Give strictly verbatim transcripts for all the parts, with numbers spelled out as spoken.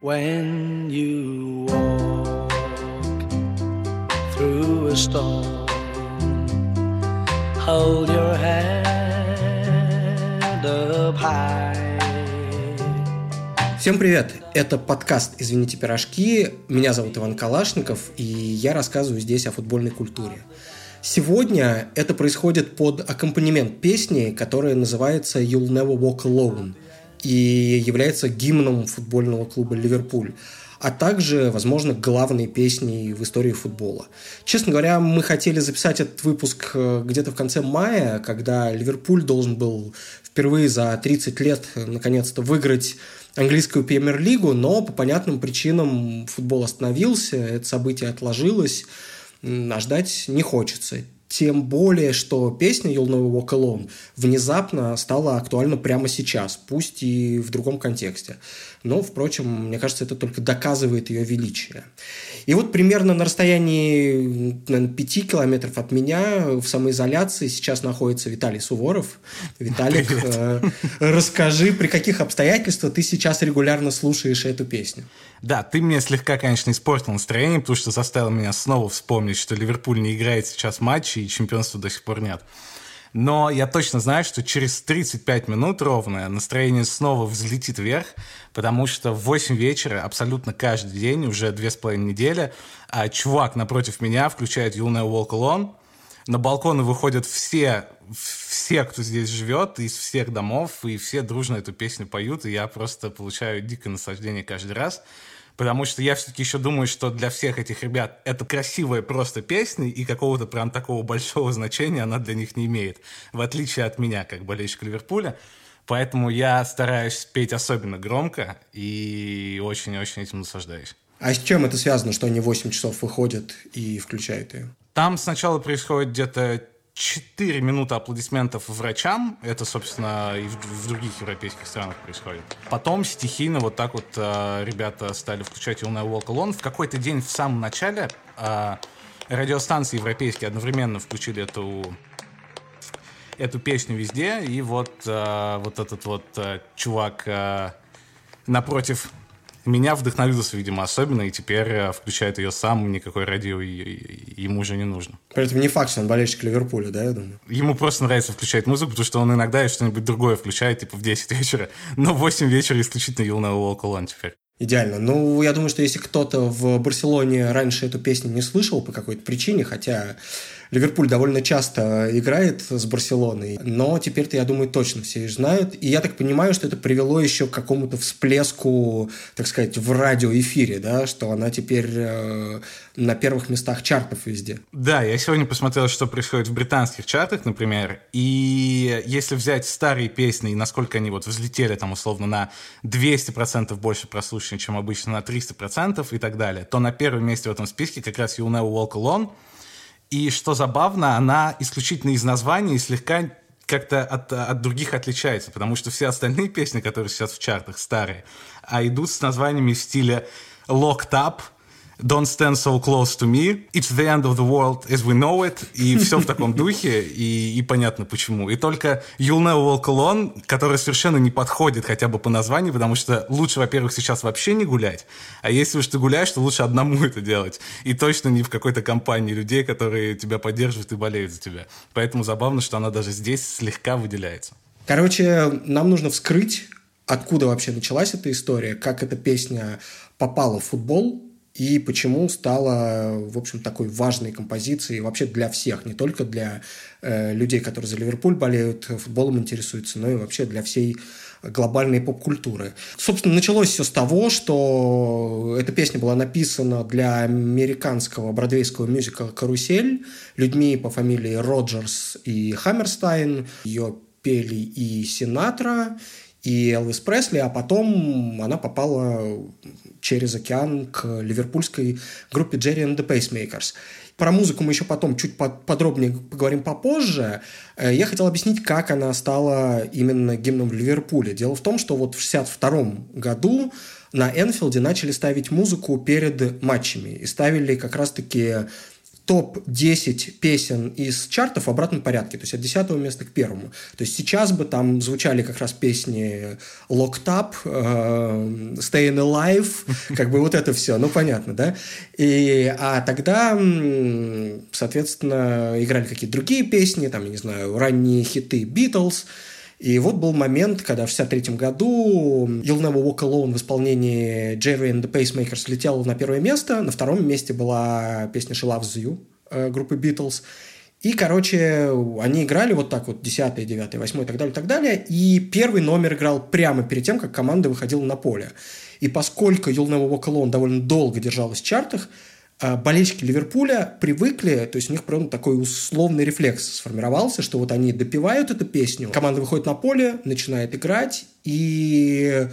When you walk through a storm, hold your head up high. Всем привет! Это подкаст «Извините, пирожки». Меня зовут Иван Калашников, и я рассказываю здесь о футбольной культуре. Сегодня это происходит под аккомпанемент песни, которая называется «You'll Never Walk Alone» и является гимном футбольного клуба «Ливерпуль», а также, возможно, главной песней в истории футбола. Честно говоря, мы хотели записать этот выпуск где-то в конце мая, когда Ливерпуль должен был впервые за тридцать лет наконец-то выиграть английскую премьер-лигу, но по понятным причинам футбол остановился, это событие отложилось, а ждать не хочется. Тем более, что песня «You'll Never Walk Alone» внезапно стала актуальна прямо сейчас, пусть и в другом контексте. Но, впрочем, мне кажется, это только доказывает ее величие. И вот примерно на расстоянии, наверное, пяти километров от меня в самоизоляции сейчас находится Виталий Суворов. Виталик, э, расскажи, при каких обстоятельствах ты сейчас регулярно слушаешь эту песню? Да, ты мне слегка, конечно, испортил настроение, потому что заставил меня снова вспомнить, что Ливерпуль не играет сейчас матчи и чемпионства до сих пор нет. Но я точно знаю, что через тридцать пять минут ровно настроение снова взлетит вверх, потому что в восемь вечера абсолютно каждый день, уже две с половиной недели, чувак напротив меня включает «You'll Never Walk Alone». На балконы выходят все, все, кто здесь живет, из всех домов, и все дружно эту песню поют, и я просто получаю дикое наслаждение каждый раз. Потому что я все-таки еще думаю, что для всех этих ребят это красивая просто песня, и какого-то прям такого большого значения она для них не имеет. В отличие от меня, как болельщика Ливерпуля. Поэтому я стараюсь петь особенно громко и очень-очень этим наслаждаюсь. А с чем это связано, что они в восемь часов выходят и включают ее? Там сначала происходит где-то четыре минуты аплодисментов врачам. Это, собственно, и в, в других европейских странах происходит. Потом стихийно вот так вот э, ребята стали включать «You'll Never Walk Alone». В какой-то день в самом начале э, радиостанции европейские одновременно включили эту, эту песню везде. И вот, э, вот этот вот э, чувак э, напротив меня вдохновился, видимо, особенно, и теперь включает ее сам, никакой радио ему уже не нужно. При этом не факт, что он болельщик Ливерпуля, да, я думаю? Ему просто нравится включать музыку, потому что он иногда что-нибудь другое включает, типа в десять вечера, но в восемь вечера исключительно «You'll Never Walk Alone» теперь. Идеально. Ну, я думаю, что если кто-то в Барселоне раньше эту песню не слышал по какой-то причине, хотя Ливерпуль довольно часто играет с Барселоной, но теперь-то, я думаю, точно все ее знают. И я так понимаю, что это привело еще к какому-то всплеску, так сказать, в радиоэфире, да, что она теперь э, на первых местах чартов везде. Да, я сегодня посмотрел, что происходит в британских чартах, например, и если взять старые песни, и насколько они вот взлетели там условно на двести процентов больше прослушиваний, чем обычно, на триста процентов и так далее, то на первом месте в этом списке как раз «You'll Never Walk Alone». И что забавно, она исключительно из названий слегка как-то от, от других отличается, потому что все остальные песни, которые сейчас в чартах, старые, а идут с названиями в стиле «Locked Up», «Don't Stand So Close To Me», «It's the End of the World as We Know It», и все в таком духе, и, и понятно почему. И только «You'll Never Walk Alone», которая совершенно не подходит хотя бы по названию, потому что лучше, во-первых, сейчас вообще не гулять, а если уж ты гуляешь, то лучше одному это делать. И точно не в какой-то компании людей, которые тебя поддерживают и болеют за тебя. Поэтому забавно, что она даже здесь слегка выделяется. Короче, нам нужно вскрыть, откуда вообще началась эта история, как эта песня попала в футбол, и почему стала, в общем, такой важной композицией вообще для всех, не только для э, людей, которые за Ливерпуль болеют, футболом интересуются, но и вообще для всей глобальной поп-культуры. Собственно, началось все с того, что эта песня была написана для американского бродвейского мюзикла «Карусель» людьми по фамилии Роджерс и Хаммерстайн. Ее пели и Синатра, и Элвис Пресли, а потом она попала через океан к ливерпульской группе Gerry and the Pacemakers. Про музыку мы еще потом чуть подробнее поговорим попозже. Я хотел объяснить, как она стала именно гимном в Ливерпуле. Дело в том, что вот в шестьдесят втором году на Энфилде начали ставить музыку перед матчами. И ставили как раз-таки топ десять песен из чартов в обратном порядке, то есть от десятого места к первому. То есть сейчас бы там звучали как раз песни Locked Up, э, Staying Alive, как бы вот это все, ну понятно, да? И, а тогда, соответственно, играли какие-то другие песни, там, я не знаю, ранние хиты Beatles. И вот был момент, когда в шестьдесят третьем году You'll Never Walk Alone в исполнении Jerry and the Pacemakers летел на первое место. На втором месте была песня She Loves You группы Beatles. И, короче, они играли вот так вот десятый, девятый, восьмой и так далее, и так далее. И первый номер играл прямо перед тем, как команда выходила на поле. И поскольку You'll Never Walk Alone довольно долго держалась в чартах, болельщики Ливерпуля привыкли, то есть у них прям такой условный рефлекс сформировался, что вот они допевают эту песню, команда выходит на поле, начинает играть, и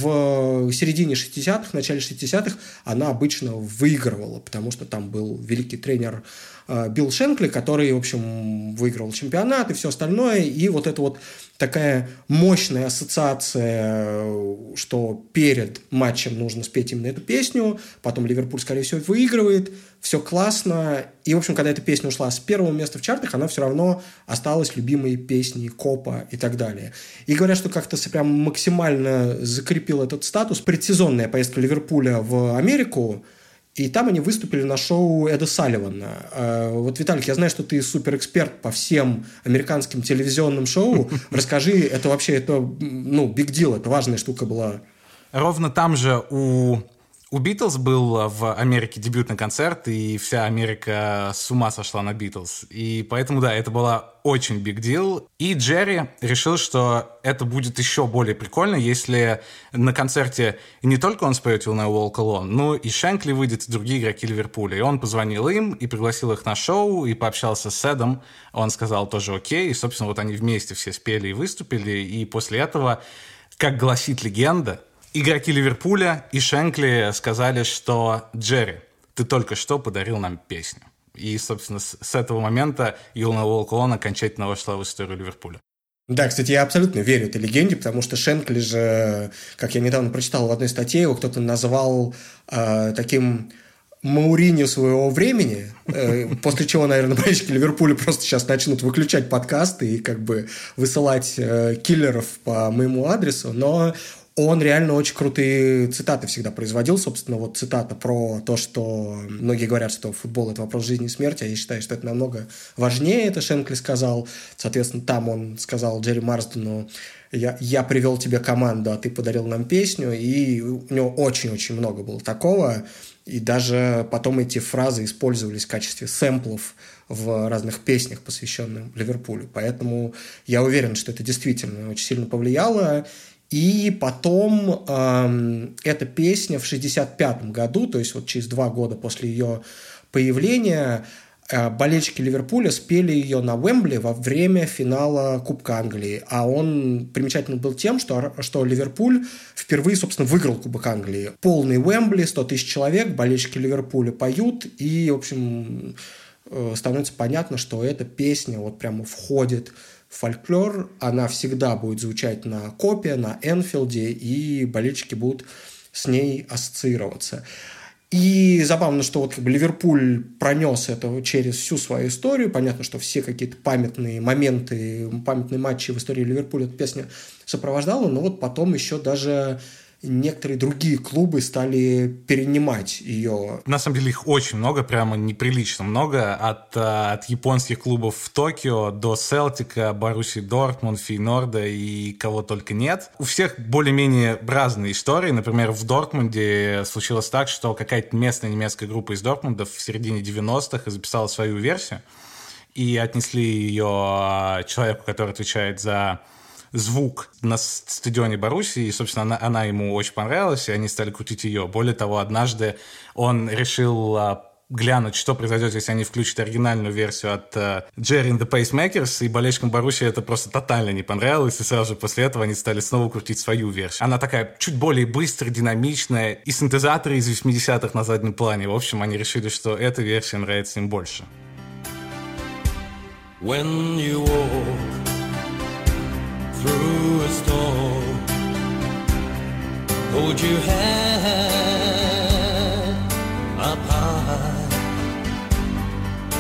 в середине шестидесятых, в начале шестидесятых она обычно выигрывала, потому что там был великий тренер Билл Шенкли, который, в общем, выигрывал чемпионат и все остальное, и вот это вот такая мощная ассоциация, что перед матчем нужно спеть именно эту песню, потом Ливерпуль, скорее всего, выигрывает, все классно, и, в общем, когда эта песня ушла с первого места в чартах, она все равно осталась любимой песней Копа и так далее. И говорят, что как-то прям максимально закрепил этот статус предсезонная поездка Ливерпуля в Америку, и там они выступили на шоу Эда Салливана. Вот, Виталик, я знаю, что ты суперэксперт по всем американским телевизионным шоу. Расскажи, это вообще, это, ну, big deal, это важная штука была. Ровно там же у... У Битлз был в Америке дебютный концерт, и вся Америка с ума сошла на Битлз. И поэтому, да, это была очень big deal. И Джерри решил, что это будет еще более прикольно, если на концерте не только он споет «You'll Never Walk Alone», но и Шенкли выйдет, и другие игроки Ливерпуля. И он позвонил им и пригласил их на шоу, и пообщался с Эдом. Он сказал тоже окей, и, собственно, вот они вместе все спели и выступили. И после этого, как гласит легенда, игроки Ливерпуля и Шенкли сказали, что «Джерри, ты только что подарил нам песню». И, собственно, с, с этого момента «You'll Never Walk Alone» окончательно вошла в историю Ливерпуля. Да, кстати, я абсолютно верю этой легенде, потому что Шенкли же, как я недавно прочитал в одной статье, его кто-то назвал э, таким Мауриньо своего времени, э, после чего, наверное, болельщики Ливерпуля просто сейчас начнут выключать подкасты и как бы высылать э, киллеров по моему адресу, но он реально очень крутые цитаты всегда производил. Собственно, вот цитата про то, что многие говорят, что футбол – это вопрос жизни и смерти, а я считаю, что это намного важнее, это Шенкли сказал. Соответственно, там он сказал Джерри Марсдену: я, я привел тебе команду, а ты подарил нам песню. И у него очень-очень много было такого. И даже потом эти фразы использовались в качестве сэмплов в разных песнях, посвященных Ливерпулю. Поэтому я уверен, что это действительно очень сильно повлияло. И потом эм, эта песня в шестьдесят пятом году, то есть вот через два года после ее появления, э, болельщики Ливерпуля спели ее на Уэмбли во время финала Кубка Англии. А он примечательный был тем, что, что Ливерпуль впервые, собственно, выиграл Кубок Англии. Полный Уэмбли, сто тысяч человек, болельщики Ливерпуля поют, и, в общем, э, становится понятно, что эта песня вот прямо входит фольклор, она всегда будет звучать на Копе, на Энфилде, и болельщики будут с ней ассоциироваться. И забавно, что вот как бы Ливерпуль пронес это через всю свою историю. Понятно, что все какие-то памятные моменты, памятные матчи в истории Ливерпуля эта песня сопровождала, но вот потом еще даже некоторые другие клубы стали перенимать ее. На самом деле их очень много, прямо неприлично много. От, от японских клубов в Токио до Селтика, Боруссии Дортмунд, Фейнорда и кого только нет. У всех более-менее разные истории. Например, в Дортмунде случилось так, что какая-то местная немецкая группа из Дортмунда в середине девяностых записала свою версию и отнесли ее человеку, который отвечает за звук на стадионе Боруссии, и, собственно, она, она ему очень понравилась, и они стали крутить ее. Более того, однажды он решил а, глянуть, что произойдет, если они включат оригинальную версию от а, Jerry and the Pacemakers, и болельщикам Боруссии это просто тотально не понравилось, и сразу же после этого они стали снова крутить свою версию. Она такая чуть более быстрая, динамичная, и синтезаторы из восьмидесятых на заднем плане. В общем, они решили, что эта версия нравится им больше. When you walk through a storm, hold your head up high,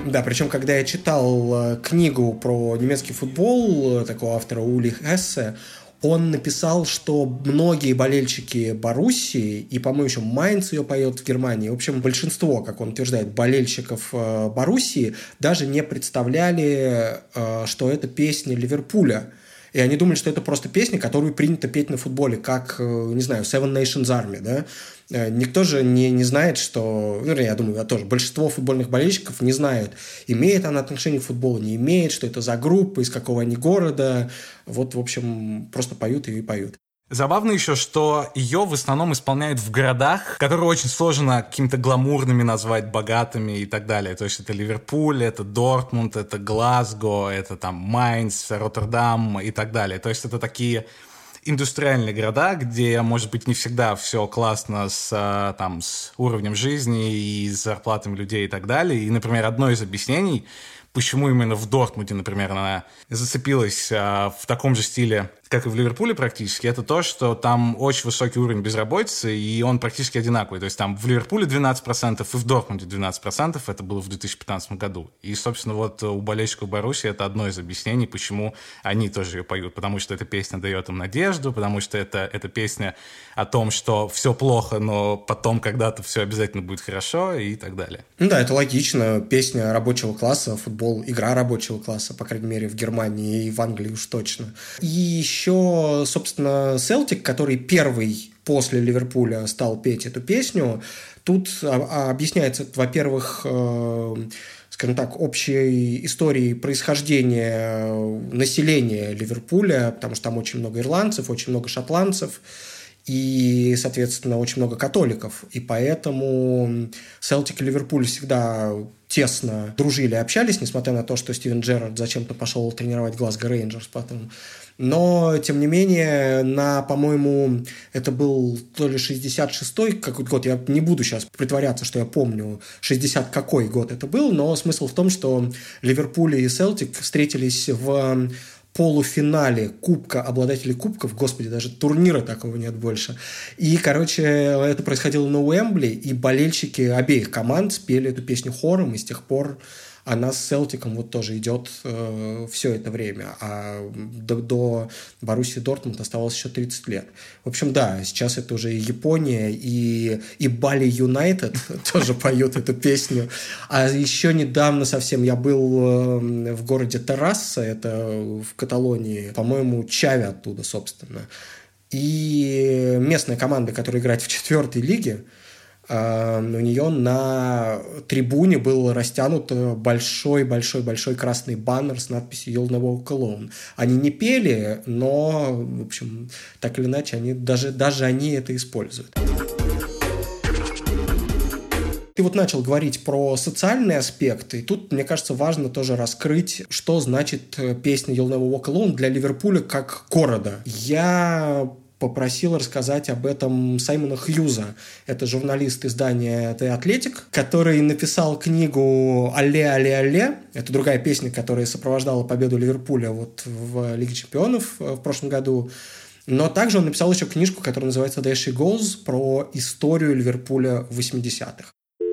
Да, причем, когда я читал книгу про немецкий футбол такого автора Ули Хессе, он написал, что многие болельщики Боруссии, и, по-моему, еще Майнц ее поет в Германии, в общем, большинство, как он утверждает, болельщиков Боруссии даже не представляли, что это песня Ливерпуля. И они думали, что это просто песня, которую принято петь на футболе, как, не знаю, Seven Nations Army, да? Никто же не, не знает, что... Ну, я думаю, я тоже. Большинство футбольных болельщиков не знают, имеет она отношение к футболу, не имеет, что это за группа, из какого они города. Вот, в общем, просто поют и поют. Забавно еще, что ее в основном исполняют в городах, которые очень сложно какими-то гламурными назвать, богатыми и так далее. То есть это Ливерпуль, это Дортмунд, это Глазго, это там Майнц, Роттердам и так далее. То есть это такие индустриальные города, где, может быть, не всегда все классно с, там, с уровнем жизни и с зарплатами людей и так далее. И, например, одно из объяснений, почему именно в Дортмунде, например, она зацепилась а, в таком же стиле, как и в Ливерпуле практически, это то, что там очень высокий уровень безработицы, и он практически одинаковый. То есть там в Ливерпуле двенадцать процентов и в Дортмунде двенадцать процентов, это было в две тысячи пятнадцатом году. И, собственно, вот у болельщиков Боруссии это одно из объяснений, почему они тоже ее поют. Потому что эта песня дает им надежду, потому что это, это песня о том, что все плохо, но потом когда-то все обязательно будет хорошо и так далее. Ну да, это логично. Песня рабочего класса, футбол, игра рабочего класса, по крайней мере, в Германии и в Англии уж точно. И еще, собственно, Селтик, который первый после Ливерпуля стал петь эту песню, тут объясняется, во-первых, скажем так, общей историей происхождения населения Ливерпуля, потому что там очень много ирландцев, очень много шотландцев, и, соответственно, очень много католиков. И поэтому Селтик и Ливерпуль всегда тесно дружили и общались, несмотря на то, что Стивен Джерард зачем-то пошел тренировать Глазго Рейнджерс потом. Но, тем не менее, на, по-моему, это был то ли шестьдесят шестой какой-то год, я не буду сейчас притворяться, что я помню, шестьдесят какой год это был, но смысл в том, что Ливерпуль и Селтик встретились в полуфинале Кубка, обладателей Кубков, господи, даже турнира такого нет больше. И, короче, это происходило на Уэмбли, и болельщики обеих команд спели эту песню хором, и с тех пор она с Селтиком вот тоже идет э, все это время, а до, до Боруссии Дортмунд оставалось еще тридцать лет. В общем, да, сейчас это уже и Япония, и, и Бали Юнайтед тоже поют эту песню. А еще недавно совсем я был в городе Террасса, это в Каталонии, по-моему, Чави оттуда, собственно. И местная команда, которая играет в четвертой лиге, у нее на трибуне был растянут большой-большой-большой красный баннер с надписью «You'll never walk alone». Они не пели, но, в общем, так или иначе, они, даже, даже они это используют. Ты вот начал говорить про социальные аспекты, и тут, мне кажется, важно тоже раскрыть, что значит песня «You'll never walk alone» для Ливерпуля как города. Я попросил рассказать об этом Саймона Хьюза. Это журналист издания The Athletic, который написал книгу «Алле, алле, алле». Это другая песня, которая сопровождала победу Ливерпуля вот в Лиге чемпионов в прошлом году. Но также он написал еще книжку, которая называется «There She Goes», про историю Ливерпуля в восьмидесятых.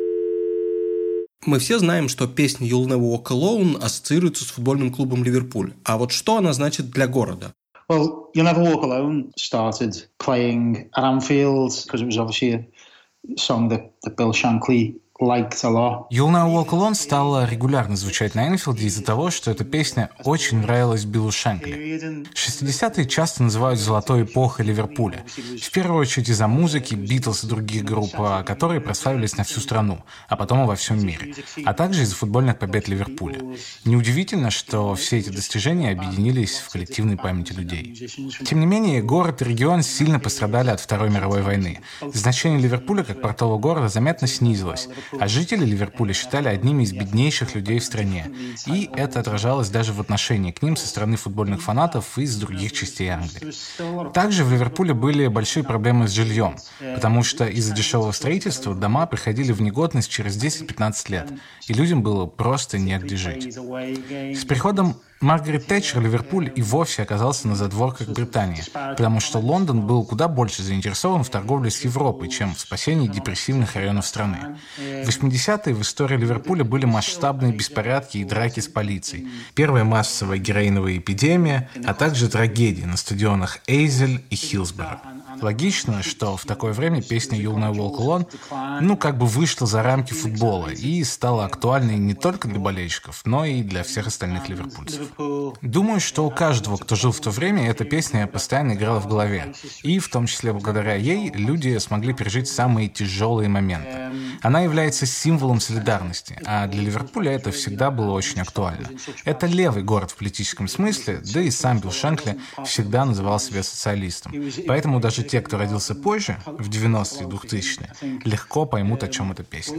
Мы все знаем, что песня «You'll never walk alone» ассоциируется с футбольным клубом Ливерпуль. А вот что она значит для города? Well, You'll Never Walk Alone started playing at Anfield because it was obviously a song that, that Bill Shankly liked a lot. You'll Never Walk Alone стала регулярно звучать на Энфилде из-за того, что эта песня очень нравилась Биллу Шенкли. шестидесятые часто называют золотой эпохой Ливерпуля. В первую очередь из-за музыки, Битлз и других групп, которые прославились на всю страну, а потом и во всем мире. А также из-за футбольных побед Ливерпуля. Неудивительно, что все эти достижения объединились в коллективной памяти людей. Тем не менее, город и регион сильно пострадали от Второй мировой войны. Значение Ливерпуля как портового города заметно снизилось, а жители Ливерпуля считали одними из беднейших людей в стране. И это отражалось даже в отношении к ним со стороны футбольных фанатов из других частей Англии. Также в Ливерпуле были большие проблемы с жильем, потому что из-за дешевого строительства дома приходили в негодность через десять-пятнадцать лет, и людям было просто негде жить. С приходом Маргарет Тэтчер Ливерпуль и вовсе оказался на задворках Британии, потому что Лондон был куда больше заинтересован в торговле с Европой, чем в спасении депрессивных районов страны. В восьмидесятые в истории Ливерпуля были масштабные беспорядки и драки с полицией, первая массовая героиновая эпидемия, а также трагедии на стадионах Эйзель и Хиллсборо. Логично, что в такое время песня «You'll Never Walk Alone» ну как бы вышла за рамки футбола и стала актуальной не только для болельщиков, но и для всех остальных ливерпульцев. Думаю, что у каждого, кто жил в то время, эта песня постоянно играла в голове. И в том числе благодаря ей люди смогли пережить самые тяжелые моменты. Она является символом солидарности, а для Ливерпуля это всегда было очень актуально. Это левый город в политическом смысле, да и сам Билл Шенкли всегда называл себя социалистом. Поэтому даже те, кто родился позже, в девяностые и двухтысячные, легко поймут, о чем эта песня.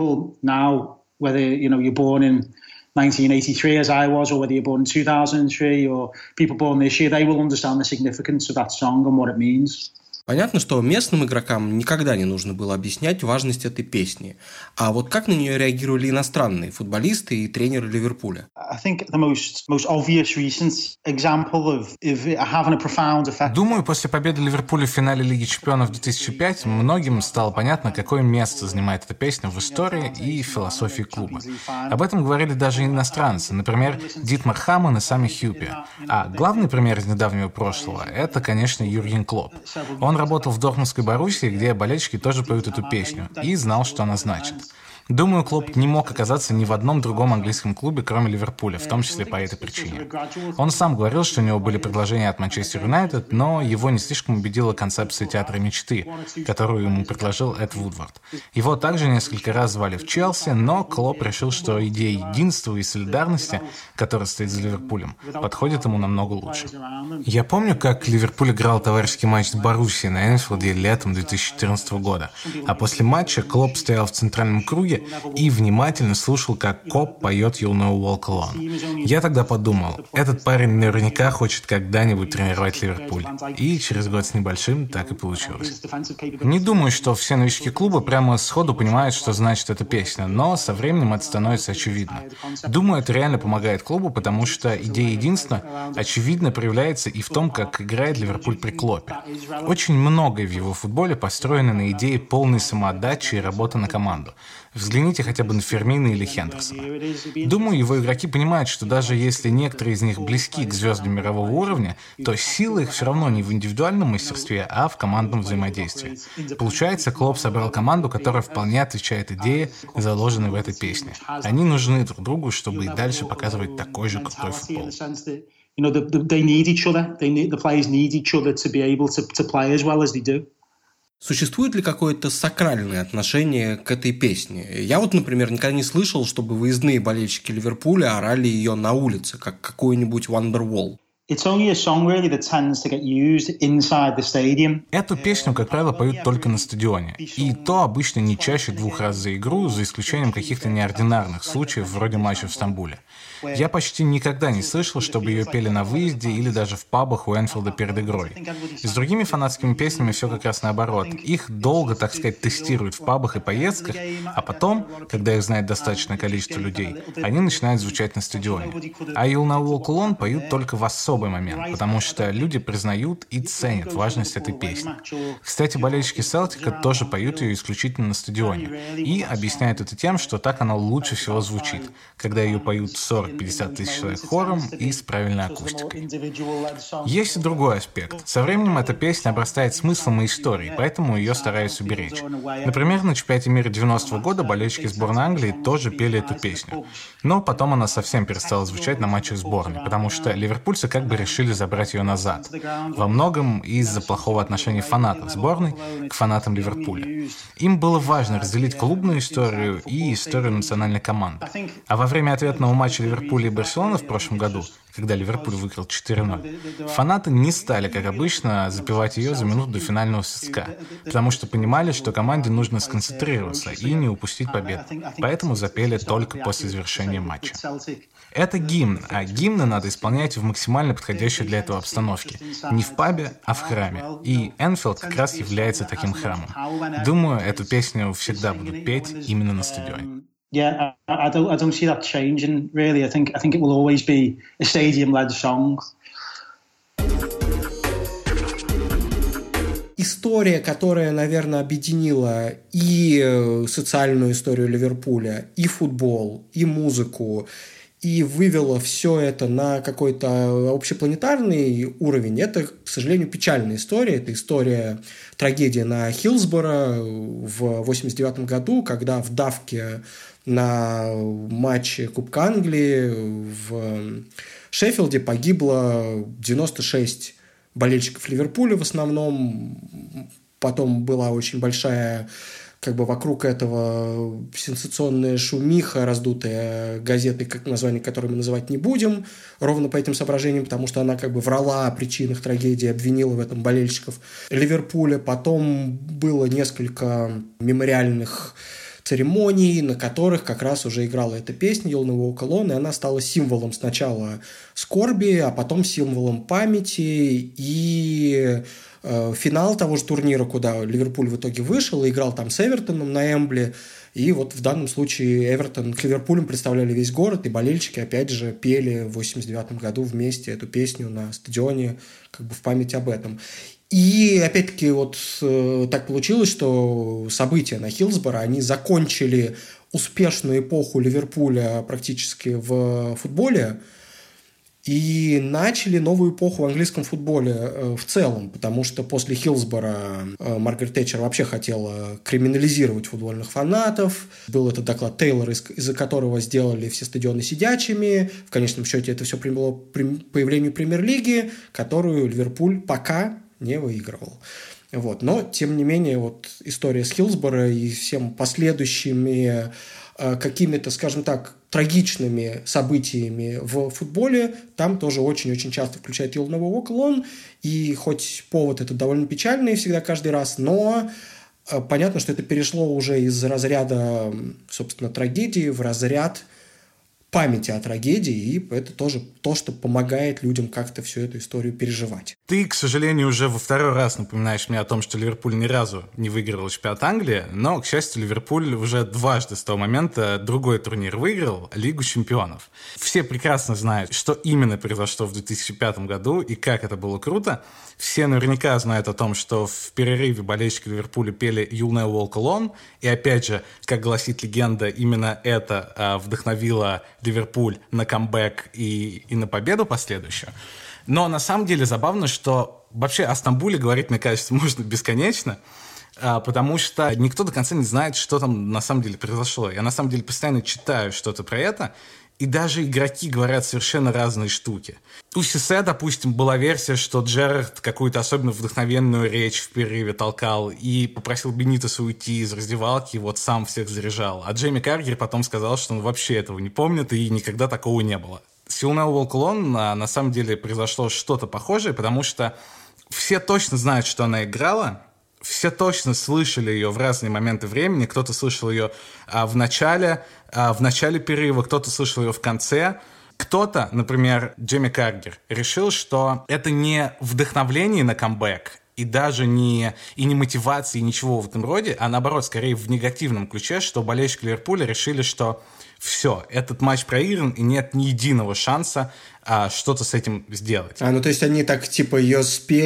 nineteen eighty-three, as I was, or whether you're born in two thousand three, or people born this year, they will understand the significance of that song and what it means. Понятно, что местным игрокам никогда не нужно было объяснять важность этой песни. А вот как на нее реагировали иностранные футболисты и тренеры Ливерпуля? Думаю, после победы Ливерпуля в финале Лиги чемпионов две тысячи пятого многим стало понятно, какое место занимает эта песня в истории и философии клуба. Об этом говорили даже иностранцы, например, Дитмар Хамман и Сами Хьюпи. А главный пример из недавнего прошлого – это, конечно, Юрген Клопп. Он работал в Дортмундской Боруссии, где болельщики тоже поют эту песню, и знал, что она значит. Думаю, Клопп не мог оказаться ни в одном другом английском клубе, кроме Ливерпуля, в том числе по этой причине. Он сам говорил, что у него были предложения от Манчестер Юнайтед, но его не слишком убедила концепция театра мечты, которую ему предложил Эд Вудвард. Его также несколько раз звали в Челси, но Клопп решил, что идея единства и солидарности, которая стоит за Ливерпулем, подходит ему намного лучше. Я помню, как Ливерпуль играл товарищеский матч с Боруссией на Энфилде летом две тысячи четырнадцатого года, а после матча Клопп стоял в центральном круге и внимательно слушал, как Коп поет «You'll Never Walk Alone». Я тогда подумал, этот парень наверняка хочет когда-нибудь тренировать Ливерпуль. И через год с небольшим так и получилось. Не думаю, что все новички клуба прямо сходу понимают, что значит эта песня, но со временем это становится очевидно. Думаю, это реально помогает клубу, потому что идея единства очевидно проявляется и в том, как играет Ливерпуль при Клоппе. Очень многое в его футболе построено на идее полной самоотдачи и работы на команду. Взгляните хотя бы на Фермина или Хендерсона. Думаю, его игроки понимают, что даже если некоторые из них близки к звездам мирового уровня, то сила их все равно не в индивидуальном мастерстве, а в командном взаимодействии. Получается, Клопп собрал команду, которая вполне отвечает идее, заложенной в этой песне. Они нужны друг другу, чтобы и дальше показывать такой же крутой футбол. Существует ли какое-то сакральное отношение к этой песне? Я вот, например, никогда не слышал, чтобы выездные болельщики Ливерпуля орали ее на улице, как какой-нибудь Wonderwall. Эту песню, как правило, поют только на стадионе. И то обычно не чаще двух раз за игру, за исключением каких-то неординарных случаев, вроде матча в Стамбуле. Я почти никогда не слышал, чтобы ее пели на выезде или даже в пабах у Энфилда перед игрой. С другими фанатскими песнями все как раз наоборот. Их долго, так сказать, тестируют в пабах и поездках, а потом, когда их знает достаточное количество людей, они начинают звучать на стадионе. А «You'll Never Walk Alone» поют только в особый момент, потому что люди признают и ценят важность этой песни. Кстати, болельщики Селтика тоже поют ее исключительно на стадионе и объясняют это тем, что так она лучше всего звучит, когда ее поют сорок-пятьдесят тысяч человек хором и с правильной акустикой. Есть и другой аспект. Со временем эта песня обрастает смыслом и историей, поэтому ее стараются уберечь. Например, на чемпионате мира девяностого года болельщики сборной Англии тоже пели эту песню. Но потом она совсем перестала звучать на матчах сборной, потому что ливерпульцы как бы решили забрать ее назад. Во многом из-за плохого отношения фанатов сборной к фанатам Ливерпуля. Им было важно разделить клубную историю и историю национальной команды. А во время ответного матча Ливерпуля и Барселоны в прошлом году, когда Ливерпуль выиграл четыре ноль, фанаты не стали, как обычно, запевать ее за минуту до финального свистка, потому что понимали, что команде нужно сконцентрироваться и не упустить победу. Поэтому запели только после завершения матча. Это гимн, а гимны надо исполнять в максимально подходящей для этого обстановке. Не в пабе, а в храме. И Энфилд как раз является таким храмом. Думаю, эту песню всегда будут петь именно на стадионе. Yeah, I, I don't I don't see that changing really. I think I think it will always be a stadium-led song. История, которая, наверное, объединила и социальную историю Ливерпуля, и футбол, и музыку, и вывела все это на какой-то общепланетарный уровень, это, к сожалению, печальная история. Это история трагедии на Хиллсборо в восемьдесят девятом году, когда в давке на матче Кубка Англии в Шеффилде погибло девяносто шесть болельщиков Ливерпуля в основном. Потом была очень большая, как бы вокруг этого сенсационная шумиха, раздутая газетой, как название которой мы называть не будем, ровно по этим соображениям, потому что она как бы врала о причинах трагедии, обвинила в этом болельщиков Ливерпуля. Потом было несколько мемориальных церемоний, на которых как раз уже играла эта песня «You'll Never Walk Alone», и она стала символом сначала скорби, а потом символом памяти. И э, финал того же турнира, куда Ливерпуль в итоге вышел, и играл там с Эвертоном на Эмбли. И вот в данном случае Эвертон к Ливерпулем представляли весь город, и болельщики опять же пели в восемьдесят девятом году вместе эту песню на стадионе, как бы в память об этом. И, опять-таки, вот э, так получилось, что события на Хиллсборо, они закончили успешную эпоху Ливерпуля практически в футболе и начали новую эпоху в английском футболе э, в целом, потому что после Хиллсборо э, Маргарет Тэтчер вообще хотела криминализировать футбольных фанатов. Был этот доклад Тейлора, из- из-за которого сделали все стадионы сидячими. В конечном счете это все привело к появлению премьер-лиги, которую Ливерпуль пока не выигрывал. Вот. Но, тем не менее, вот история с Хиллсборо и всем последующими э, какими-то, скажем так, трагичными событиями в футболе там тоже очень-очень часто включает «You'll Never Walk Alone». И хоть повод это довольно печальный всегда каждый раз, но э, понятно, что это перешло уже из разряда, собственно, трагедии в разряд памяти о трагедии, и это тоже то, что помогает людям как-то всю эту историю переживать. Ты, к сожалению, уже во второй раз напоминаешь мне о том, что Ливерпуль ни разу не выиграл чемпионат Англии, но, к счастью, Ливерпуль уже дважды с того момента другой турнир выиграл — Лигу чемпионов. Все прекрасно знают, что именно произошло в две тысячи пятом году и как это было круто. Все наверняка знают о том, что в перерыве болельщики Ливерпуля пели «You'll Never Walk Alone», и опять же, как гласит легенда, именно это а, вдохновило Ливерпуль на камбэк и, и на победу последующую. Но на самом деле забавно, что вообще о Стамбуле говорить, мне кажется, можно бесконечно, а, потому что никто до конца не знает, что там на самом деле произошло. Я на самом деле постоянно читаю что-то про это, и даже игроки говорят совершенно разные штуки. У Сисе, допустим, была версия, что Джерард какую-то особенно вдохновенную речь в перерыве толкал и попросил Бенитеса уйти из раздевалки, и вот сам всех заряжал. А Джейми Каррагер потом сказал, что он вообще этого не помнит, и никогда такого не было. С «You'll Never Walk Alone» на самом деле произошло что-то похожее, потому что все точно знают, что она играла, все точно слышали ее в разные моменты времени. Кто-то слышал ее а, в начале, а, в начале перерыва, кто-то слышал ее в конце. Кто-то, например, Джейми Каррагер, решил, что это не вдохновление на камбэк и даже не, и не мотивация, и ничего в этом роде, а наоборот, скорее в негативном ключе, что болельщики Ливерпуля решили, что все, этот матч проигран, и нет ни единого шанса а, что-то с этим сделать. А, ну то есть они так, типа, ее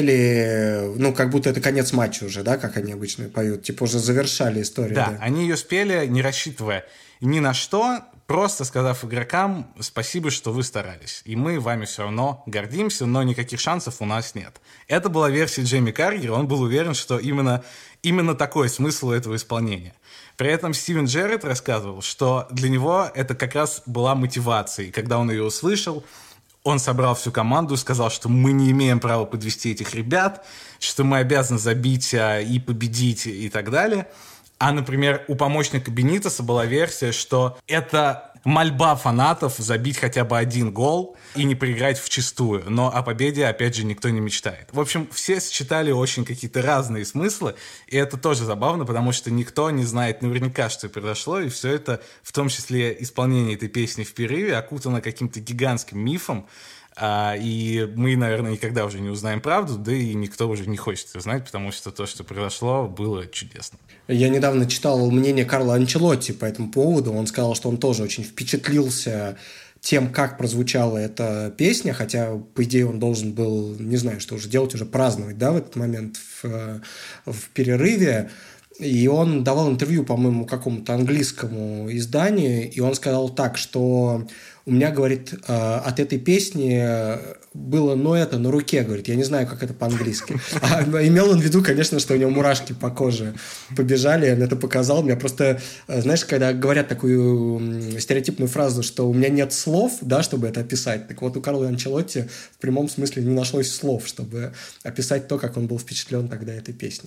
спели, ну, как будто это конец матча уже, да, как они обычно поют, типа, уже завершали историю. Да, да? они ее спели, не рассчитывая ни на что, просто сказав игрокам спасибо, что вы старались, и мы вами все равно гордимся, но никаких шансов у нас нет. Это была версия Джейми Каррагера, он был уверен, что именно, именно такой смысл этого исполнения. При этом Стивен Джеррард рассказывал, что для него это как раз была мотивацией. Когда он ее услышал, он собрал всю команду, сказал, что мы не имеем права подвести этих ребят, что мы обязаны забить и победить и так далее. А, например, у помощника Бенитеса была версия, что это мольба фанатов забить хотя бы один гол и не проиграть вчистую. Но о победе, опять же, никто не мечтает. В общем, все сочетали очень какие-то разные смыслы, и это тоже забавно, потому что никто не знает наверняка, что произошло, и все это, в том числе исполнение этой песни в перерыве, окутано каким-то гигантским мифом, А, и мы, наверное, никогда уже не узнаем правду, да и никто уже не хочет это знать, потому что то, что произошло, было чудесно. Я недавно читал мнение Карла Анчелотти по этому поводу. Он сказал, что он тоже очень впечатлился тем, как прозвучала эта песня, хотя, по идее, он должен был, не знаю, что уже делать, уже праздновать, да, в этот момент в, в перерыве. И он давал интервью, по-моему, какому-то английскому изданию, и он сказал так, что у меня, говорит, от этой песни было, ну, это, на руке, говорит, я не знаю, как это по-английски. А имел он в виду, конечно, что у него мурашки по коже побежали, он это показал. Меня просто, знаешь, когда говорят такую стереотипную фразу, что у меня нет слов, да, чтобы это описать, так вот у Карла Анчелотти в прямом смысле не нашлось слов, чтобы описать то, как он был впечатлен тогда этой песней.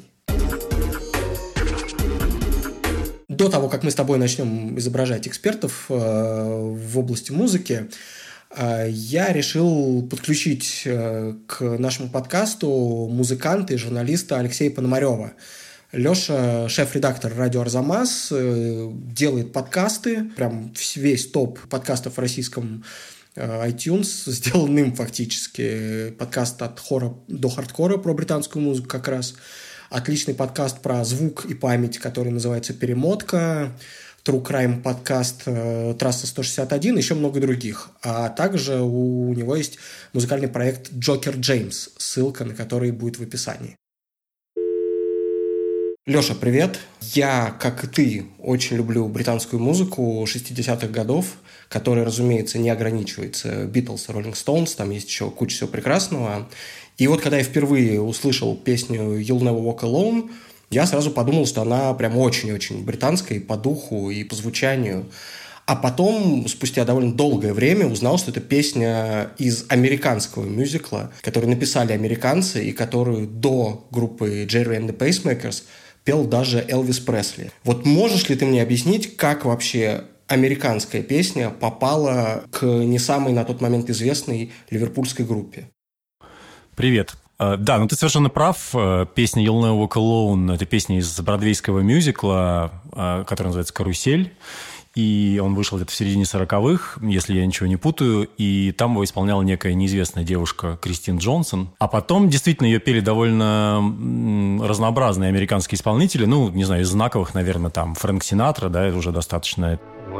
До того, как мы с тобой начнем изображать экспертов э, в области музыки, э, я решил подключить э, к нашему подкасту музыканта и журналиста Алексея Пономарева. Леша, шеф-редактор радио «Арзамас», э, делает подкасты, прям весь топ подкастов в российском э, iTunes сделан им фактически. Подкаст от хора до хардкора про британскую музыку как раз. Отличный подкаст про звук и память, который называется «Перемотка», True Crime подкаст «Трасса сто шестьдесят один», еще много других. А также у него есть музыкальный проект «Джокер Джеймс», ссылка на который будет в описании. Леша, привет. Я, как и ты, очень люблю британскую музыку шестидесятых годов, которая, разумеется, не ограничивается Beatles и Rolling Stones, там есть еще куча всего прекрасного. И вот когда я впервые услышал песню «You'll Never Walk Alone», я сразу подумал, что она прям очень-очень британская и по духу, и по звучанию. А потом, спустя довольно долгое время, узнал, что это песня из американского мюзикла, который написали американцы, и которую до группы Jerry and the Pacemakers пел даже Элвис Пресли. Вот можешь ли ты мне объяснить, как вообще американская песня попала к не самой на тот момент известной ливерпульской группе? Привет. Да, ну ты совершенно прав. Песня «You'll Never Walk Alone» – это песня из бродвейского мюзикла, который называется «Карусель». И он вышел где-то в середине сороковых, если я ничего не путаю. И там его исполняла некая неизвестная девушка Кристин Джонсон. А потом действительно ее пели довольно разнообразные американские исполнители. Ну, не знаю, из знаковых, наверное, там Фрэнк Синатра, да, это уже достаточно.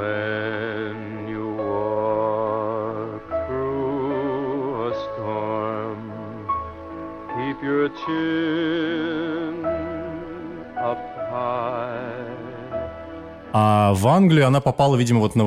Your chin up high. А в Англию она попала, видимо, вот на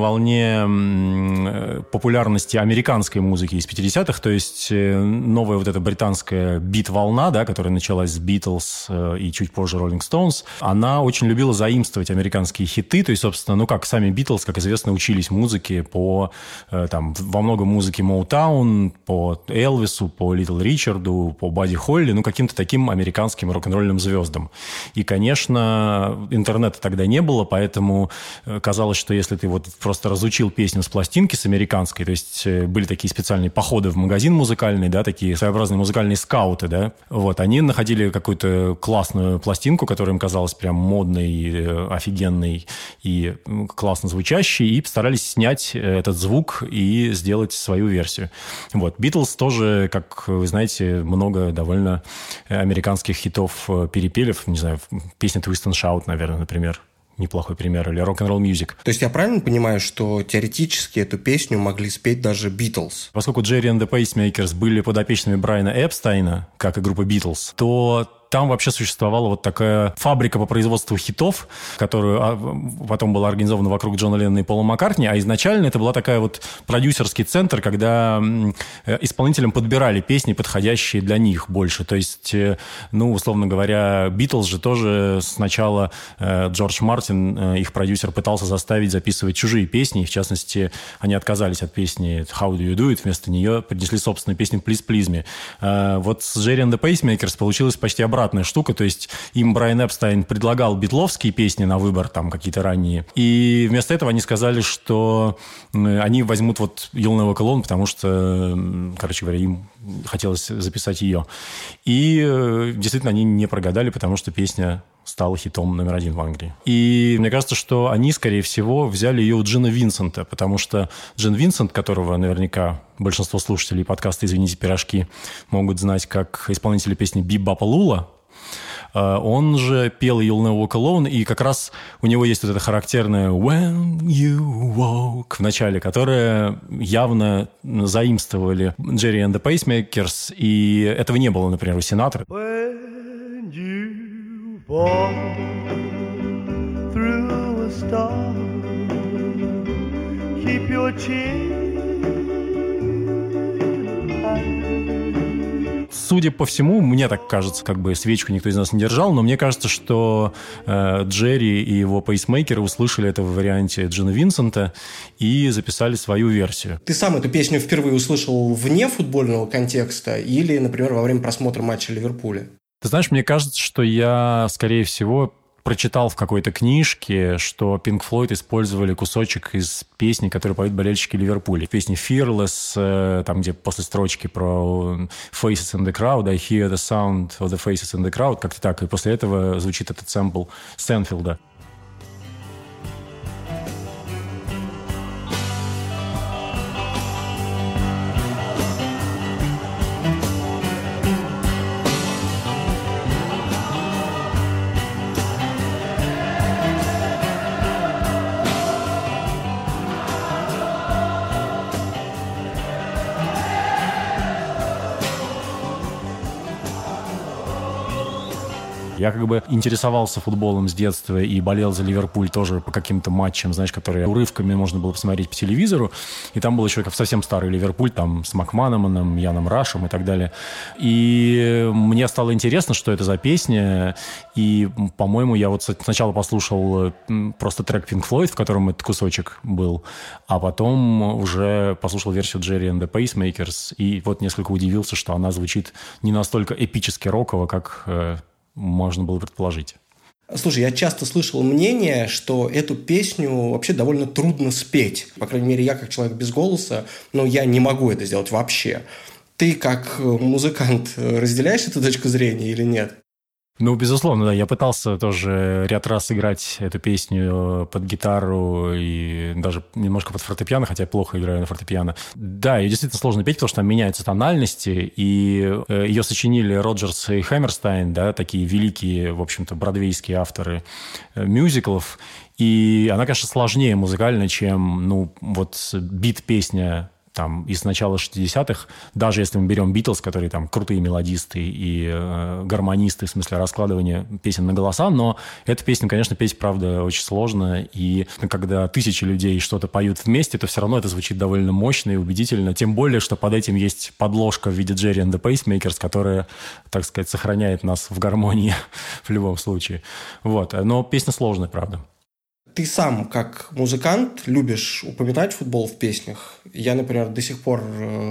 волне популярности американской музыки из пятидесятых, то есть новая вот эта британская бит-волна, да, которая началась с Beatles и чуть позже Rolling Stones, она очень любила заимствовать американские хиты, то есть, собственно, ну, как сами Beatles, как известно, учились музыке по, там, во много музыки Motown, по Элвису, по Литл Ричарду, по Бадди Холли, ну, каким-то таким американским рок-н-ролльным звездам. И, конечно, интернета тогда не было, поэтому казалось, что если ты вот просто разучил песню с пластинки, с американской, то есть были такие специальные походы в магазин музыкальный, да, такие своеобразные музыкальные скауты, да, вот, они находили какую-то классную пластинку, которая им казалась прям модной, офигенной и классно звучащей, и постарались снять этот звук и сделать свою версию. Вот, Beatles тоже, как вы знаете, много довольно американских хитов перепели, не знаю, песня Twist and Shout, наверное, например. Неплохой пример, или рок-н-ролл мьюзик. То есть я правильно понимаю, что теоретически эту песню могли спеть даже Beatles? Поскольку Jerry and the Pacemakers были подопечными Брайана Эпстайна, как и группа Beatles, то там вообще существовала вот такая фабрика по производству хитов, которая потом была организована вокруг Джона Леннона и Пола Маккартни, а изначально это была такая вот продюсерский центр, когда исполнителям подбирали песни, подходящие для них больше. То есть, ну, условно говоря, Beatles же тоже сначала Джордж Мартин, их продюсер, пытался заставить записывать чужие песни, и в частности, они отказались от песни «How do you do it», вместо нее принесли собственную песню «Please, please me». Вот с Jerry and the Pacemakers получилось почти обратно. Обратная штука, то есть им Брайан Эпстайн предлагал битловские песни на выбор, там какие-то ранние, и вместо этого они сказали, что они возьмут вот «You'll Never Walk Alone», потому что, короче говоря, им хотелось записать ее. И действительно они не прогадали, потому что песня стала хитом номер один в Англии. И мне кажется, что они, скорее всего, взяли ее у Джина Винсента, потому что Джин Винсент, которого наверняка большинство слушателей подкаста «Извините, пирожки» могут знать как исполнителя песни «Бибапа Лула», он же пел «You'll Never Walk Alone», и как раз у него есть вот это характерное «When you walk» в начале, которое явно заимствовали Джерри and the Pacemakers, и этого не было, например, у Синатра. When you walk through a storm, keep your chin high. Судя по всему, мне так кажется, как бы свечку никто из нас не держал, но мне кажется, что э, Джерри и его пейсмейкеры услышали это в варианте Джина Винсента и записали свою версию. Ты сам эту песню впервые услышал вне футбольного контекста или, например, во время просмотра матча Ливерпуля? Ты знаешь, мне кажется, что я, скорее всего, прочитал в какой-то книжке, что Pink Floyd использовали кусочек из песни, которую поют болельщики Ливерпуля. Песни Fearless, там, где после строчки про Faces in the Crowd, I hear the sound of the faces in the crowd, как-то так. И после этого звучит этот сэмпл Сенфилда. Я как бы интересовался футболом с детства и болел за Ливерпуль тоже по каким-то матчам, знаешь, которые урывками можно было посмотреть по телевизору. И там был еще совсем старый Ливерпуль, там с Макманаманом, Яном Рашем и так далее. И мне стало интересно, что это за песня. И, по-моему, я вот сначала послушал просто трек Pink Floyd, в котором этот кусочек был, а потом уже послушал версию Джерри and the Pacemakers. И вот несколько удивился, что она звучит не настолько эпически роково, как можно было предположить. Слушай, я часто слышал мнение, что эту песню вообще довольно трудно спеть. По крайней мере, я как человек без голоса, но я не могу это сделать вообще. Ты как музыкант разделяешь эту точку зрения или нет? Ну, безусловно, да. Я пытался тоже ряд раз играть эту песню под гитару и даже немножко под фортепиано, хотя я плохо играю на фортепиано. Да, ее действительно сложно петь, потому что там меняются тональности, и ее сочинили Роджерс и Хаммерстайн, да, такие великие, в общем-то, бродвейские авторы мюзиклов. И она, конечно, сложнее музыкально, чем, ну, вот бит-песня там из начала шестидесятых, даже если мы берем Битлз, которые там крутые мелодисты и э, гармонисты, в смысле раскладывания песен на голоса, но эту песню, конечно, петь, правда, очень сложно, и когда тысячи людей что-то поют вместе, то все равно это звучит довольно мощно и убедительно, тем более, что под этим есть подложка в виде Джерри and the Pacemakers, которая, так сказать, сохраняет нас в гармонии в любом случае. Вот. Но песня сложная, правда. Ты сам, как музыкант, любишь упоминать футбол в песнях. Я, например, до сих пор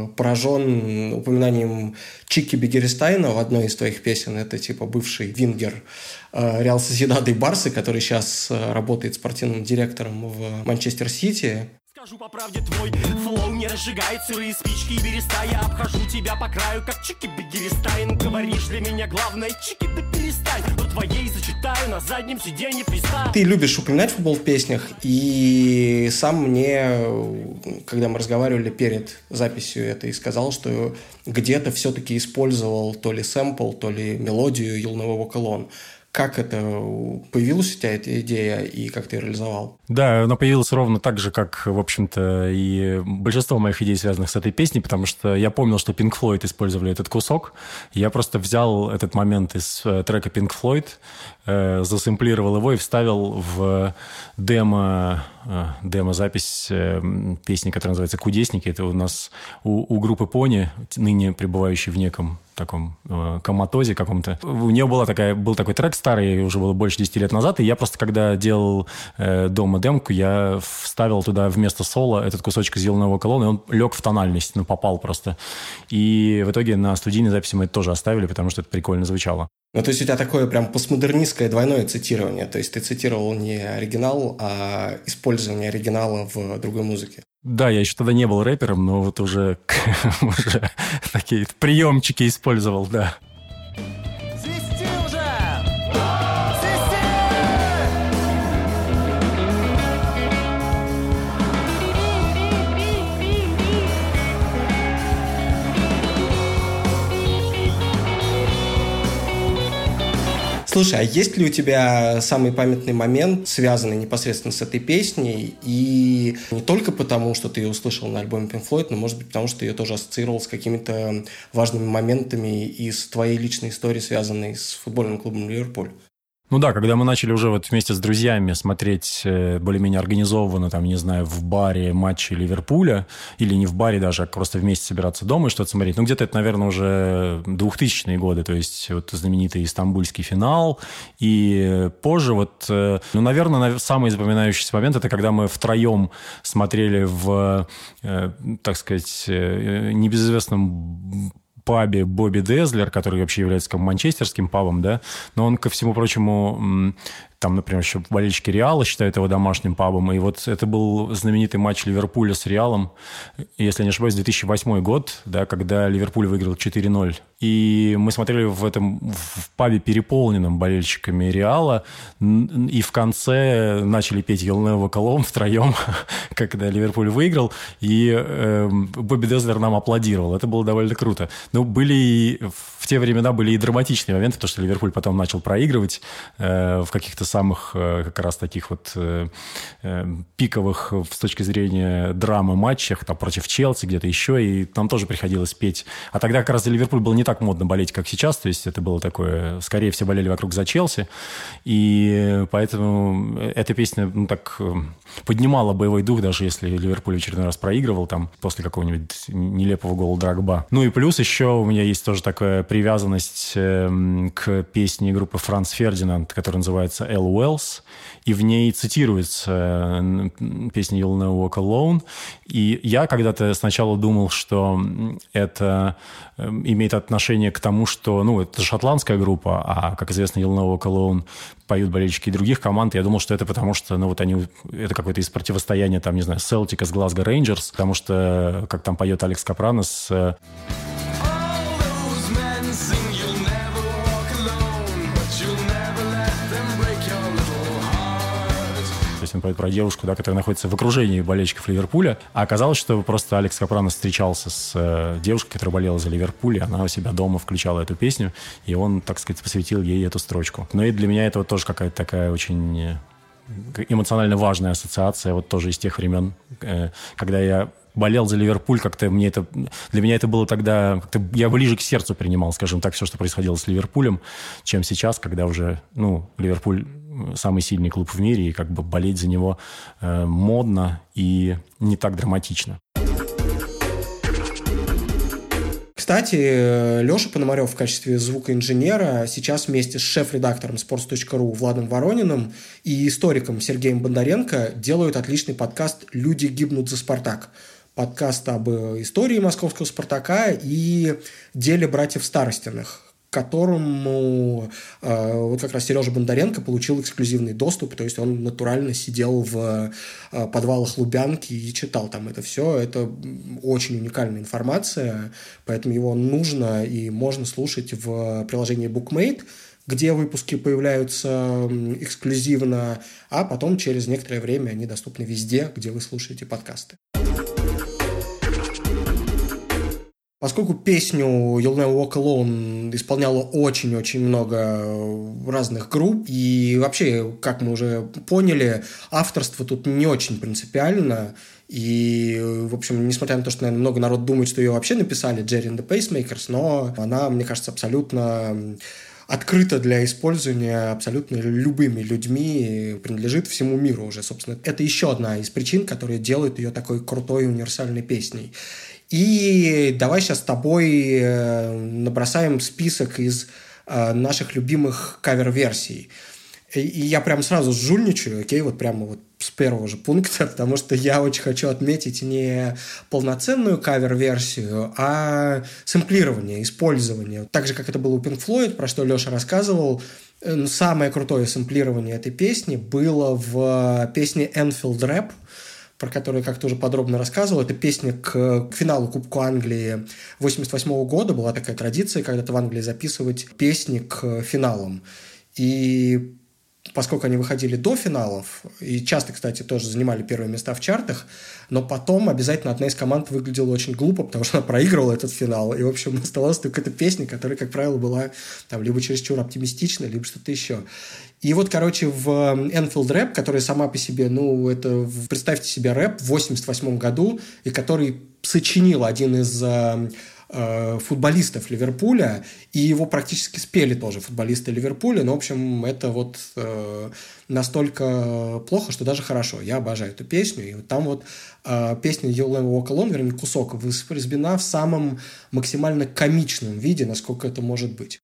поражен упоминанием Чики Бигерстайна в одной из твоих песен. Это типа бывший вингер Реал Сосьедада и Барсы, который сейчас работает спортивным директором в Манчестер Сити. Скажу по правде, твой флоу не разжигает сырые спички и береста. Я обхожу тебя по краю, как Чики Бигерстайн. Говоришь, для меня главное, Чики, да перестань. Но твоей зачитаю на заднем сиденье пристань. Ты любишь упоминать футбол в песнях, и сам мне, когда мы разговаривали перед записью этой, сказал, что где-то все-таки использовал то ли сэмпл, то ли мелодию You'll Never Walk Alone. Как это появилась у тебя эта идея и как ты ее реализовал? Да, она появилась ровно так же, как, в общем-то, и большинство моих идей, связанных с этой песней, потому что я помнил, что Pink Floyd использовали этот кусок. Я просто взял этот момент из трека Pink Floyd, э, засэмплировал его и вставил в демо, э, демо-запись э, песни, которая называется «Кудесники». Это у нас у, у группы Пони, ныне пребывающей в неком таком э, коматозе каком-то. У нее была такая, был такой трек старый, уже было больше десяти лет назад, и я просто, когда делал э, дома демку, я вставил туда вместо соло этот кусочек из You'll Never Walk Alone, и он лег в тональность, ну, попал просто. И в итоге на студийной записи мы это тоже оставили, потому что это прикольно звучало. Ну, то есть у тебя такое прям постмодернистское двойное цитирование, то есть ты цитировал не оригинал, а использование оригинала в другой музыке. Да, я еще тогда не был рэпером, но вот уже, уже такие приемчики использовал, да. Свисти уже! Свисти! Слушай, а есть ли у тебя самый памятный момент, связанный непосредственно с этой песней, и не только потому, что ты ее услышал на альбоме Pink Floyd, но, может быть, потому, что ты ее тоже ассоциировал с какими-то важными моментами из твоей личной истории, связанной с футбольным клубом «Ливерпуль»? Ну да, когда мы начали уже вот вместе с друзьями смотреть более-менее организованно, там, не знаю, в баре матчи Ливерпуля, или не в баре даже, а просто вместе собираться дома и что-то смотреть, ну где-то это, наверное, уже двухтысячные годы, то есть вот знаменитый истамбульский финал, и позже вот, ну, наверное, самый запоминающийся момент, это когда мы втроем смотрели в, так сказать, небезызвестном пабе Бобби Дезлер, который вообще является как манчестерским пабом, да, но он, ко всему прочему, там, например, еще болельщики Реала считают его домашним пабом, и вот это был знаменитый матч Ливерпуля с Реалом, если я не ошибаюсь, две тысячи восьмой год, да, когда Ливерпуль выиграл четыре ноль. И мы смотрели в этом в пабе, переполненном болельщиками Реала, и в конце начали петь «You'll Never Walk Alone» втроем, когда Ливерпуль выиграл, и э, Бобби Дезлер нам аплодировал. Это было довольно круто. Но были и, в те времена были и драматичные моменты, потому что Ливерпуль потом начал проигрывать э, в каких-то самых э, как раз таких вот э, э, пиковых с точки зрения драмы матчах, там, против Челси, где-то еще, и нам тоже приходилось петь. А тогда как раз за Ливерпуль был не так модно болеть, как сейчас, то есть это было такое, скорее все болели вокруг за Челси, и поэтому эта песня, ну, так поднимала боевой дух, даже если Ливерпуль в очередной раз проигрывал, там, после какого-нибудь нелепого гола Дрогба. Ну и плюс еще у меня есть тоже такая привязанность э, к песне группы Франц Фердинанд, которая называется «Эл Уэллс», и в ней цитируется песня «You'll Never Walk Alone», и я когда-то сначала думал, что это имеет отношение к тому, что, ну, это шотландская группа, а, как известно, «You'll Never Walk Alone» поют болельщики других команд. Я думал, что это потому, что, ну, вот они, это какое-то из противостояния, там, не знаю, Селтика с Глазго Рейнджерс, потому что, как там поет Алекс Капранос, то есть он поет про девушку, да, которая находится в окружении болельщиков Ливерпуля. А оказалось, что просто Алекс Капранос встречался с э, девушкой, которая болела за Ливерпуль, и она у себя дома включала эту песню, и он, так сказать, посвятил ей эту строчку. Но и для меня это вот тоже какая-то такая очень эмоционально важная ассоциация, вот тоже из тех времен, э, когда я болел за Ливерпуль, как-то мне это... Для меня это было тогда... Как-то я ближе к сердцу принимал, скажем так, все, что происходило с Ливерпулем, чем сейчас, когда уже, ну, Ливерпуль самый сильный клуб в мире, и как бы болеть за него э, модно и не так драматично. Кстати, Леша Пономарев в качестве звукоинженера сейчас вместе с шеф-редактором спортс точка ру Владом Ворониным и историком Сергеем Бондаренко делают отличный подкаст «Люди гибнут за Спартак». Подкаст об истории московского «Спартака» и деле братьев Старостиных, к которому э, вот как раз Сережа Бондаренко получил эксклюзивный доступ, то есть он натурально сидел в э, подвалах Лубянки и читал там это все. Это очень уникальная информация, поэтому его нужно и можно слушать в приложении BookMate, где выпуски появляются эксклюзивно, а потом через некоторое время они доступны везде, где вы слушаете подкасты. Поскольку песню «You'll Never Walk Alone» исполняло очень-очень много разных групп, и вообще, как мы уже поняли, авторство тут не очень принципиально, и, в общем, несмотря на то, что, наверное, много народ думает, что ее вообще написали Джерри and the Pacemakers, но она, мне кажется, абсолютно открыта для использования абсолютно любыми людьми, принадлежит всему миру уже, собственно. Это еще одна из причин, которые делают ее такой крутой универсальной песней. И давай сейчас с тобой набросаем список из наших любимых кавер-версий. И я прям сразу жульничаю, окей, вот прямо вот с первого же пункта, потому что я очень хочу отметить не полноценную кавер-версию, а сэмплирование, использование. Так же, как это было у Pink Floyd, про что Леша рассказывал, самое крутое сэмплирование этой песни было в песне «Enfield Rap», про которую я как-то уже подробно рассказывал. Это песня к, к финалу Кубку Англии восемьдесят восьмого года. Была такая традиция когда-то в Англии записывать песни к финалам. И поскольку они выходили до финалов, и часто, кстати, тоже занимали первые места в чартах, но потом обязательно одна из команд выглядела очень глупо, потому что она проигрывала этот финал, и, в общем, оставалась только эта песня, которая, как правило, была там либо чересчур оптимистична, либо что-то еще. И вот, короче, в Enfield Rap, которая сама по себе, ну, это, представьте себе рэп в восемьдесят восьмом году, и который сочинил один из футболистов Ливерпуля, и его практически спели тоже футболисты Ливерпуля, но, в общем, это вот э, настолько плохо, что даже хорошо. Я обожаю эту песню, и вот там вот э, песня You'll Never Walk Alone, вернее, кусок, воспроизведена в самом максимально комичном виде, насколько это может быть.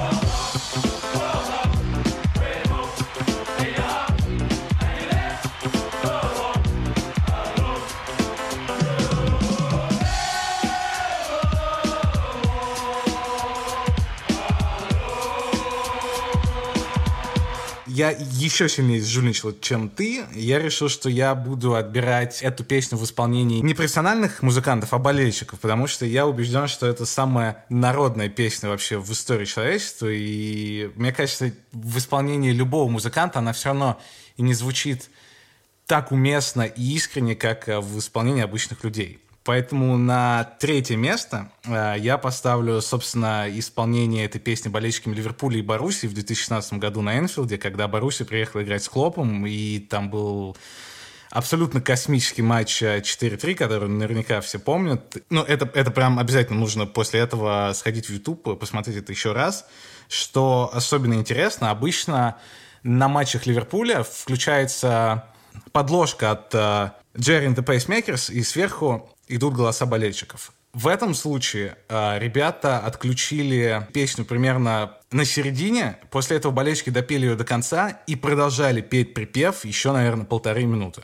Я еще сильнее жульничал, чем ты. Я решил, что я буду отбирать эту песню в исполнении не профессиональных музыкантов, а болельщиков, потому что я убежден, что это самая народная песня вообще в истории человечества. И мне кажется, в исполнении любого музыканта она все равно и не звучит так уместно и искренне, как в исполнении обычных людей. Поэтому на третье место э, я поставлю, собственно, исполнение этой песни болельщиками Ливерпуля и Боруссии в две тысячи шестнадцатом году на Энфилде, когда Боруссия приехала играть с Клопом, и там был абсолютно космический матч четыре три, который наверняка все помнят. Ну, это, это прям обязательно нужно после этого сходить в YouTube, посмотреть это еще раз. Что особенно интересно, обычно на матчах Ливерпуля включается подложка от э, Jerry and the Pacemakers, и сверху идут голоса болельщиков. В этом случае э, ребята отключили песню примерно на середине, после этого болельщики допели ее до конца и продолжали петь припев еще, наверное, полторы минуты.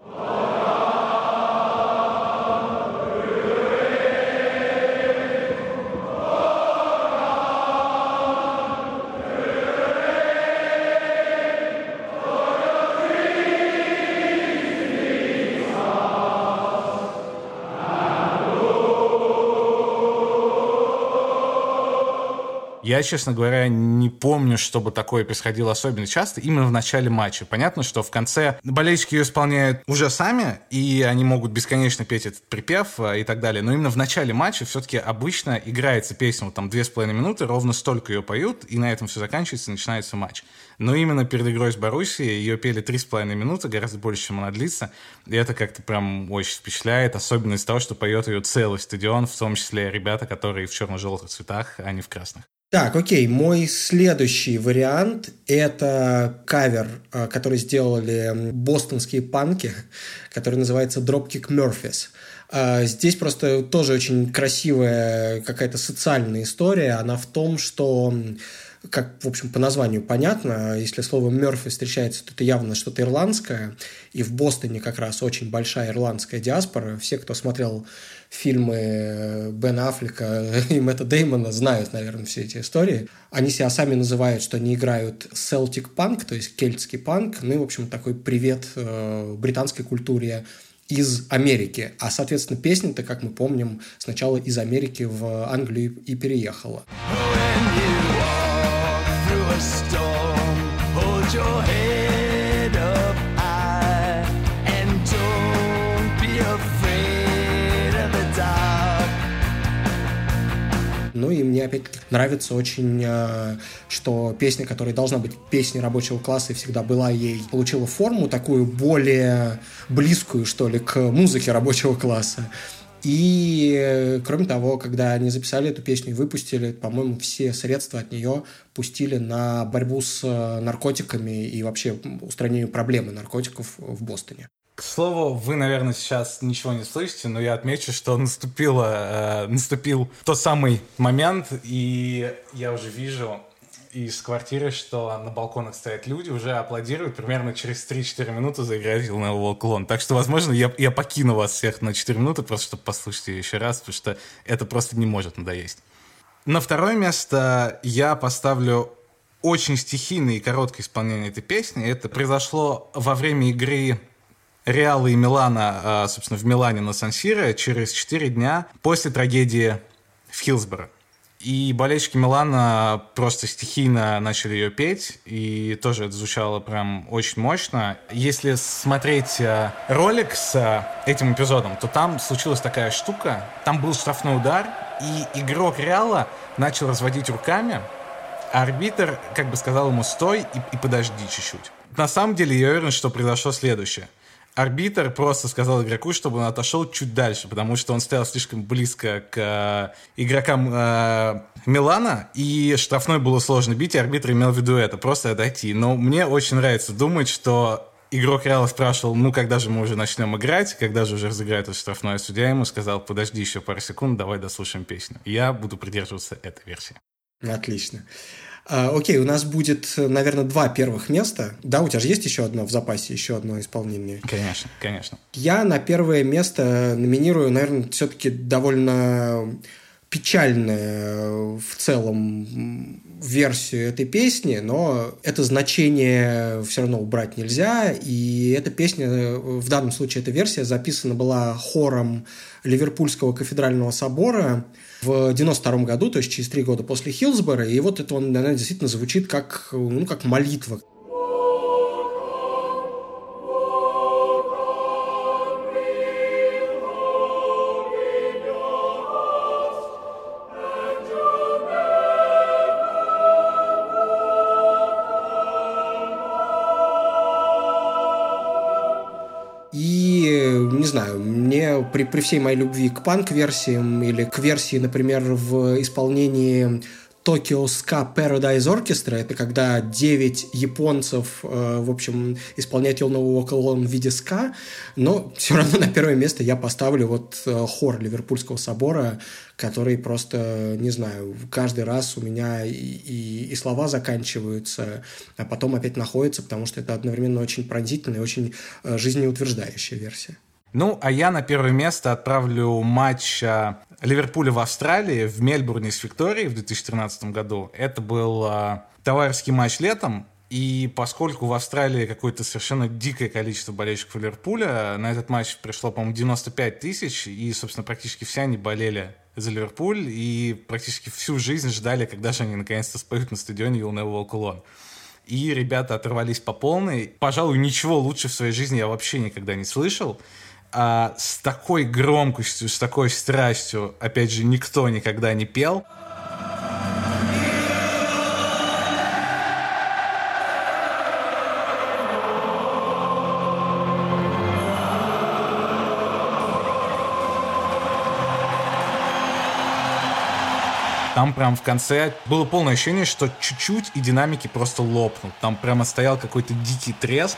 Я, честно говоря, не помню, чтобы такое происходило особенно часто, именно в начале матча. Понятно, что в конце болельщики ее исполняют уже сами, и они могут бесконечно петь этот припев и так далее. Но именно в начале матча все-таки обычно играется песня, вот там две с половиной минуты, ровно столько ее поют, и на этом все заканчивается, и начинается матч. Но именно перед игрой с Боруссией ее пели три с половиной минуты, гораздо больше, чем она длится, и это как-то прям очень впечатляет, особенно из-за того, что поет ее целый стадион, в том числе ребята, которые в черно-желтых цветах, а не в красных. Так, окей, мой следующий вариант – это кавер, который сделали бостонские панки, который называется Dropkick Murphys. Здесь просто тоже очень красивая какая-то социальная история. Она в том, что, как, в общем, по названию понятно, если слово «Мёрфи» встречается, то это явно что-то ирландское. И в Бостоне как раз очень большая ирландская диаспора. Все, кто смотрел фильмы Бена Аффлека и Мэтта Деймона, знают, наверное, все эти истории. Они себя сами называют, что они играют Celtic панк, то есть кельтский панк. Ну и, в общем, такой привет э, британской культуре из Америки. А, соответственно, песня-то, как мы помним, сначала из Америки в Англию и переехала. Ну и мне опять нравится очень, что песня, которая должна быть песней рабочего класса и всегда была ей, получила форму такую более близкую, что ли, к музыке рабочего класса. И, кроме того, когда они записали эту песню и выпустили, по-моему, все средства от нее пустили на борьбу с наркотиками и вообще устранению проблемы наркотиков в Бостоне. К слову, вы, наверное, сейчас ничего не слышите, но я отмечу, что наступило, э, наступил тот самый момент, и я уже вижу из квартиры, что на балконах стоят люди, уже аплодируют, примерно через три-четыре минуты заиграет You'll Never Walk Alone. Так что, возможно, я, я покину вас всех на четыре минуты, просто чтобы послушать ее еще раз, потому что это просто не может надоесть. На второе место я поставлю очень стихийное и короткое исполнение этой песни. Это произошло во время игры Реала и Милана, собственно, в Милане на Сан-Сиро через четыре дня после трагедии в Хиллсборо. И болельщики Милана просто стихийно начали ее петь, и тоже это звучало прям очень мощно. Если смотреть ролик с этим эпизодом, то там случилась такая штука, там был штрафной удар, и игрок Реала начал разводить руками, а арбитр как бы сказал ему «стой и, и подожди чуть-чуть». На самом деле я уверен, что произошло следующее. Арбитр просто сказал игроку, чтобы он отошел чуть дальше, потому что он стоял слишком близко к э, игрокам э, Милана, и штрафной было сложно бить, и арбитр имел в виду это, просто отойти. Но мне очень нравится думать, что игрок Реала спрашивал, ну, когда же мы уже начнем играть, когда же уже разыграет этот штрафной, а судья ему сказал, подожди еще пару секунд, давай дослушаем песню. Я буду придерживаться этой версии. Отлично. А, окей, у нас будет, наверное, два первых места. Да, у тебя же есть еще одно в запасе, еще одно исполнение? Конечно, конечно. Я на первое место номинирую, наверное, все-таки довольно печальную в целом версию этой песни, но это значение все равно убрать нельзя, и эта песня, в данном случае эта версия записана была хором Ливерпульского кафедрального собора в девяносто втором году, то есть через три года после Хиллсборо, и вот это он, она действительно звучит как, ну, как молитва. Не знаю, мне при, при всей моей любви к панк-версиям или к версии, например, в исполнении Tokyo Ska Paradise Orchestra, это когда девять японцев, э, в общем, исполняют новый вокал в виде ска, но все равно на первое место я поставлю вот э, хор Ливерпульского собора, который просто, не знаю, каждый раз у меня и, и, и слова заканчиваются, а потом опять находятся, потому что это одновременно очень пронзительная и очень э, жизнеутверждающая версия. Ну, а я на первое место отправлю матч Ливерпуля в Австралии в Мельбурне с Викторией в две тысячи тринадцатом году. Это был э, товарищеский матч летом, и поскольку в Австралии какое-то совершенно дикое количество болельщиков Ливерпуля, на этот матч пришло, по-моему, девяносто пять тысяч, и, собственно, практически все они болели за Ливерпуль, и практически всю жизнь ждали, когда же они наконец-то споют на стадионе «You'll Never Walk Alone». И ребята оторвались по полной. Пожалуй, ничего лучше в своей жизни я вообще никогда не слышал. А с такой громкостью, с такой страстью, опять же, никто никогда не пел. Там прям в конце было полное ощущение, что чуть-чуть и динамики просто лопнут. Там прямо стоял какой-то дикий треск.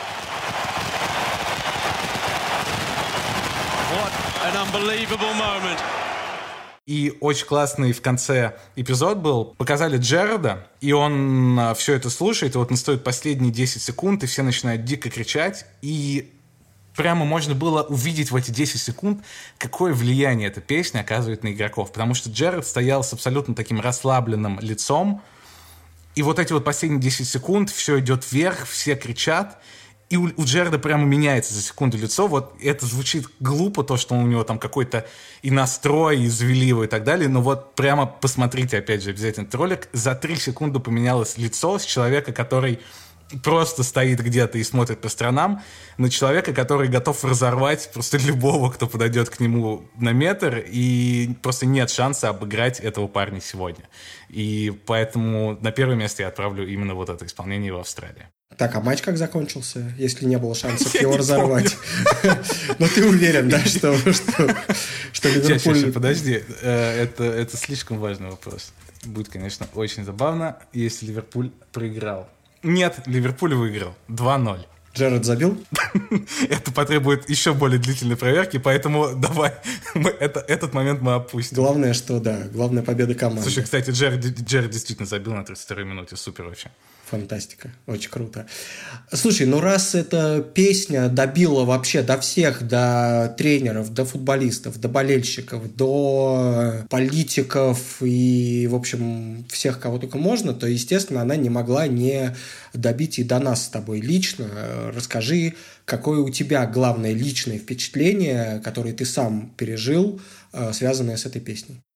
И очень классный в конце эпизод был. Показали Джерарда, и он а, все это слушает, и вот настают последние десять секунд, и все начинают дико кричать, и прямо можно было увидеть в эти десять секунд, какое влияние эта песня оказывает на игроков, потому что Джерард стоял с абсолютно таким расслабленным лицом, и вот эти вот последние десять секунд, все идет вверх, все кричат, и у, у Джерарда прямо меняется за секунду лицо. Вот это звучит глупо, то, что у него там какой-то и настрой, и завеливый и так далее. Но вот прямо посмотрите, опять же, обязательно этот ролик. За три секунды поменялось лицо с человека, который просто стоит где-то и смотрит по сторонам, на человека, который готов разорвать просто любого, кто подойдет к нему на метр, и просто нет шанса обыграть этого парня сегодня. И поэтому на первое место я отправлю именно вот это исполнение в Австралии. Так, а матч как закончился, если не было шансов его разорвать? Но ты уверен, да, что Ливерпуль... Подожди, это слишком важный вопрос. Будет, конечно, очень забавно, если Ливерпуль проиграл. Нет, Ливерпуль выиграл. два ноль. Джерард забил? Это потребует еще более длительной проверки, поэтому давай мы это, этот момент мы опустим. Главное, что да, главная победа команды. Слушай, кстати, Джерард, Джерард действительно забил на тридцать второй минуте. Супер вообще. Фантастика. Очень круто. Слушай, ну раз эта песня добила вообще до всех, до тренеров, до футболистов, до болельщиков, до политиков и, в общем, всех, кого только можно, то, естественно, она не могла не добить и до нас с тобой лично. Расскажи, какое у тебя главное личное впечатление, которое ты сам пережил, связанное с этой песней?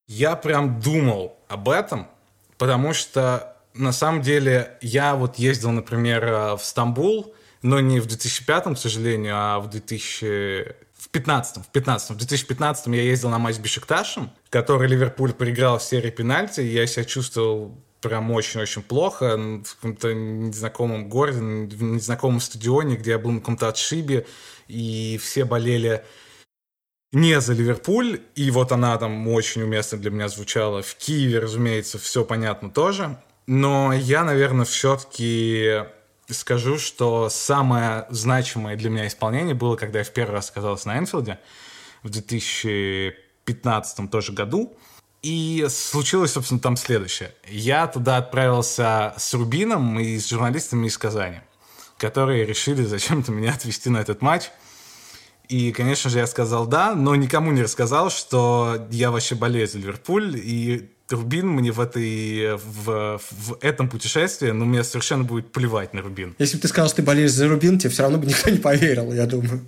Я прям думал об этом, потому что на самом деле я вот ездил, например, в Стамбул, но не в две тысячи пятом, к сожалению, а в две тысячи пятнадцатом. В пятнадцатом. В две тысячи пятнадцатом я ездил на матч с Бешикташем, который Ливерпуль проиграл в серии пенальти, и я себя чувствовал прям очень-очень плохо в каком-то незнакомом городе, в незнакомом стадионе, где я был на каком-то отшибе, и все болели не за Ливерпуль, и вот она там очень уместно для меня звучала. В Киеве, разумеется, все понятно тоже. Но я, наверное, все-таки скажу, что самое значимое для меня исполнение было, когда я в первый раз оказался на Энфилде в две тысячи пятнадцатом тоже году. И случилось, собственно, там следующее. Я туда отправился с Рубином и с журналистами из Казани, которые решили зачем-то меня отвезти на этот матч. И, конечно же, я сказал «да», но никому не рассказал, что я вообще болею за Ливерпуль. И Рубин мне в, этой, в, в этом путешествии, ну, мне совершенно будет плевать на Рубин. Если бы ты сказал, что ты болеешь за Рубин, тебе все равно бы никто не поверил, я думаю.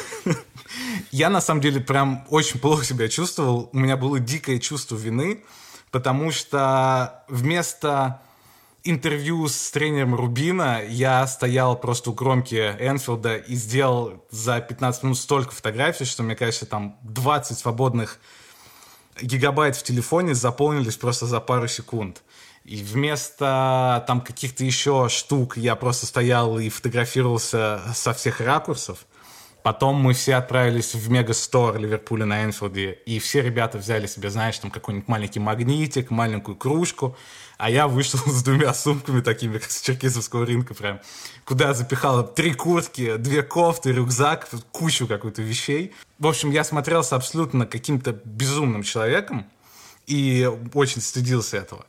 Я, на самом деле, прям очень плохо себя чувствовал. У меня было дикое чувство вины, потому что вместо интервью с тренером Рубина я стоял просто у кромки Энфилда и сделал за пятнадцать минут столько фотографий, что, мне кажется, там двадцать свободных гигабайт в телефоне заполнились просто за пару секунд. И вместо там каких-то еще штук я просто стоял и фотографировался со всех ракурсов. Потом мы все отправились в мегастор Ливерпуля на Энфилде, и все ребята взяли себе, знаешь, там какой-нибудь маленький магнитик, маленькую кружку, а я вышел с двумя сумками такими, как с черкизовского рынка прям, куда я запихал три куртки, две кофты, рюкзак, кучу какую-то вещей. В общем, я смотрелся абсолютно каким-то безумным человеком и очень стыдился этого.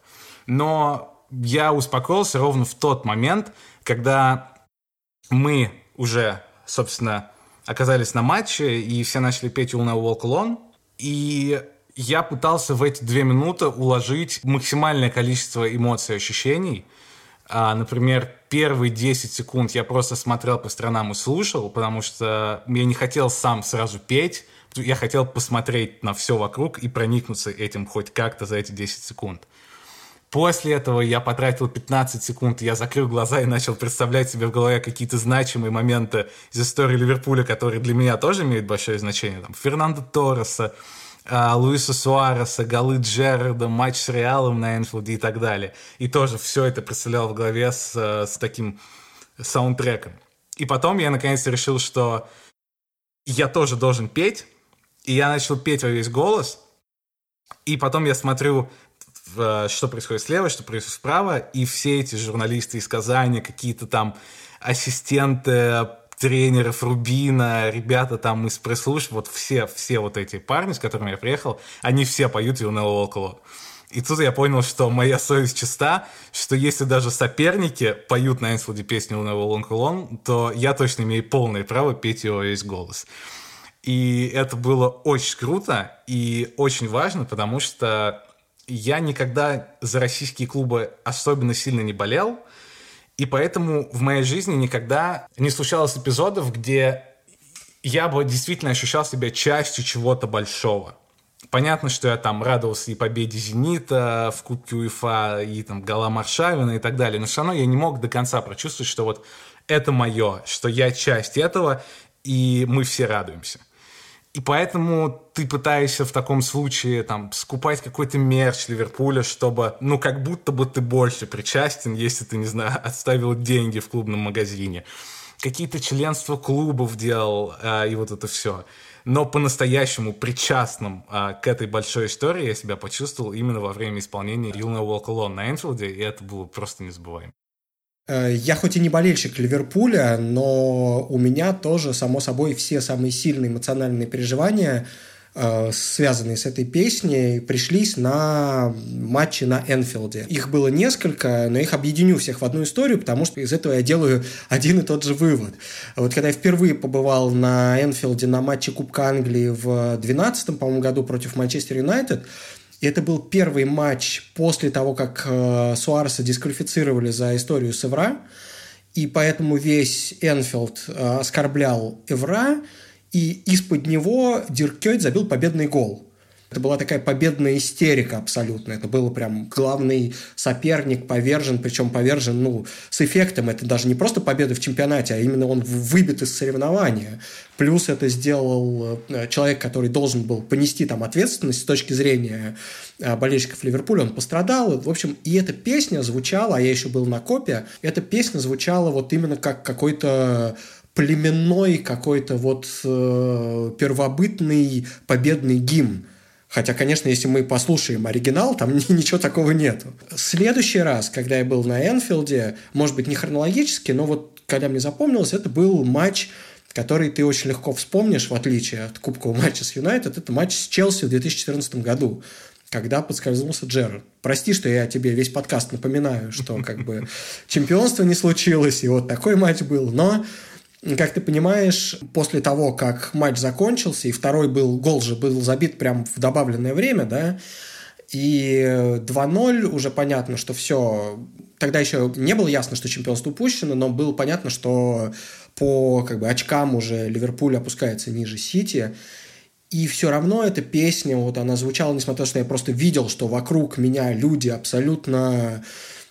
Но я успокоился ровно в тот момент, когда мы уже, собственно, оказались на матче, и все начали петь «You'll Never Walk Alone», и я пытался в эти две минуты уложить максимальное количество эмоций и ощущений. А, например, первые десять секунд я просто смотрел по сторонам и слушал, потому что я не хотел сам сразу петь, я хотел посмотреть на все вокруг и проникнуться этим хоть как-то за эти десять секунд. После этого я потратил пятнадцать секунд, я закрыл глаза и начал представлять себе в голове какие-то значимые моменты из истории Ливерпуля, которые для меня тоже имеют большое значение. Там, Фернандо Торреса, Луиса Суареса, голы Джерарда, матч с Реалом на Энфилде и так далее. И тоже все это представлял в голове с, с таким саундтреком. И потом я наконец-то решил, что я тоже должен петь, и я начал петь во весь голос. И потом я смотрю, что происходит слева, что происходит справа, и все эти журналисты из Казани, какие-то там ассистенты тренеров Рубина, ребята там из пресс-служб, вот все, все вот эти парни, с которыми я приехал, они все поют «You'll Never Walk Alone». И тут я понял, что моя совесть чиста, что если даже соперники поют на Энфилде песню «You'll Never Walk Alone», то я точно имею полное право петь ее весь голос. И это было очень круто и очень важно, потому что я никогда за российские клубы особенно сильно не болел, и поэтому в моей жизни никогда не случалось эпизодов, где я бы действительно ощущал себя частью чего-то большого. Понятно, что я там радовался и победе «Зенита» в Кубке УЕФА, и там голам Аршавина и так далее, но все равно я не мог до конца прочувствовать, что вот это мое, что я часть этого, и мы все радуемся. И поэтому ты пытаешься в таком случае там скупать какой-то мерч Ливерпуля, чтобы, ну, как будто бы ты больше причастен, если ты, не знаю, отставил деньги в клубном магазине. Какие-то членства клубов делал, а, и вот это все. Но по-настоящему причастным а, к этой большой истории я себя почувствовал именно во время исполнения «You'll Never Walk Alone» на Энфилде, и это было просто незабываемо. Я хоть и не болельщик Ливерпуля, но у меня тоже, само собой, все самые сильные эмоциональные переживания, связанные с этой песней, пришлись на матчи на Энфилде. Их было несколько, но их объединю всех в одну историю, потому что из этого я делаю один и тот же вывод. Вот когда я впервые побывал на Энфилде на матче Кубка Англии в двенадцатом, по-моему, году против Манчестер Юнайтед, и это был первый матч после того, как э, Суареса дисквалифицировали за историю с Эвра, и поэтому весь Энфилд э, оскорблял Эвра, и из-под него Дирк Кёйт забил победный гол. Это была такая победная истерика абсолютно. Это был прям главный соперник повержен, причем повержен, ну, с эффектом. Это даже не просто победа в чемпионате, а именно он выбит из соревнования. Плюс это сделал человек, который должен был понести там ответственность с точки зрения болельщиков Ливерпуля. Он пострадал. В общем, и эта песня звучала, а я еще был на копе, эта песня звучала вот именно как какой-то племенной, какой-то вот э, первобытный победный гимн. Хотя, конечно, если мы послушаем оригинал, там ничего такого нету. Следующий раз, когда я был на Энфилде, может быть, не хронологически, но вот когда мне запомнилось, это был матч, который ты очень легко вспомнишь, в отличие от кубкового матча с Юнайтед. Это матч с Челси в две тысячи четырнадцатом году, когда подскользнулся Джерард. Прости, что я тебе весь подкаст напоминаю, что как бы чемпионство не случилось, и вот такой матч был, но... Как ты понимаешь, после того, как матч закончился, и второй был, гол же был забит прям в добавленное время, да, и два ноль, уже понятно, что все... Тогда еще не было ясно, что чемпионство упущено, но было понятно, что по как бы, очкам уже Ливерпуль опускается ниже Сити. И все равно эта песня, вот она звучала, несмотря на то, что я просто видел, что вокруг меня люди абсолютно...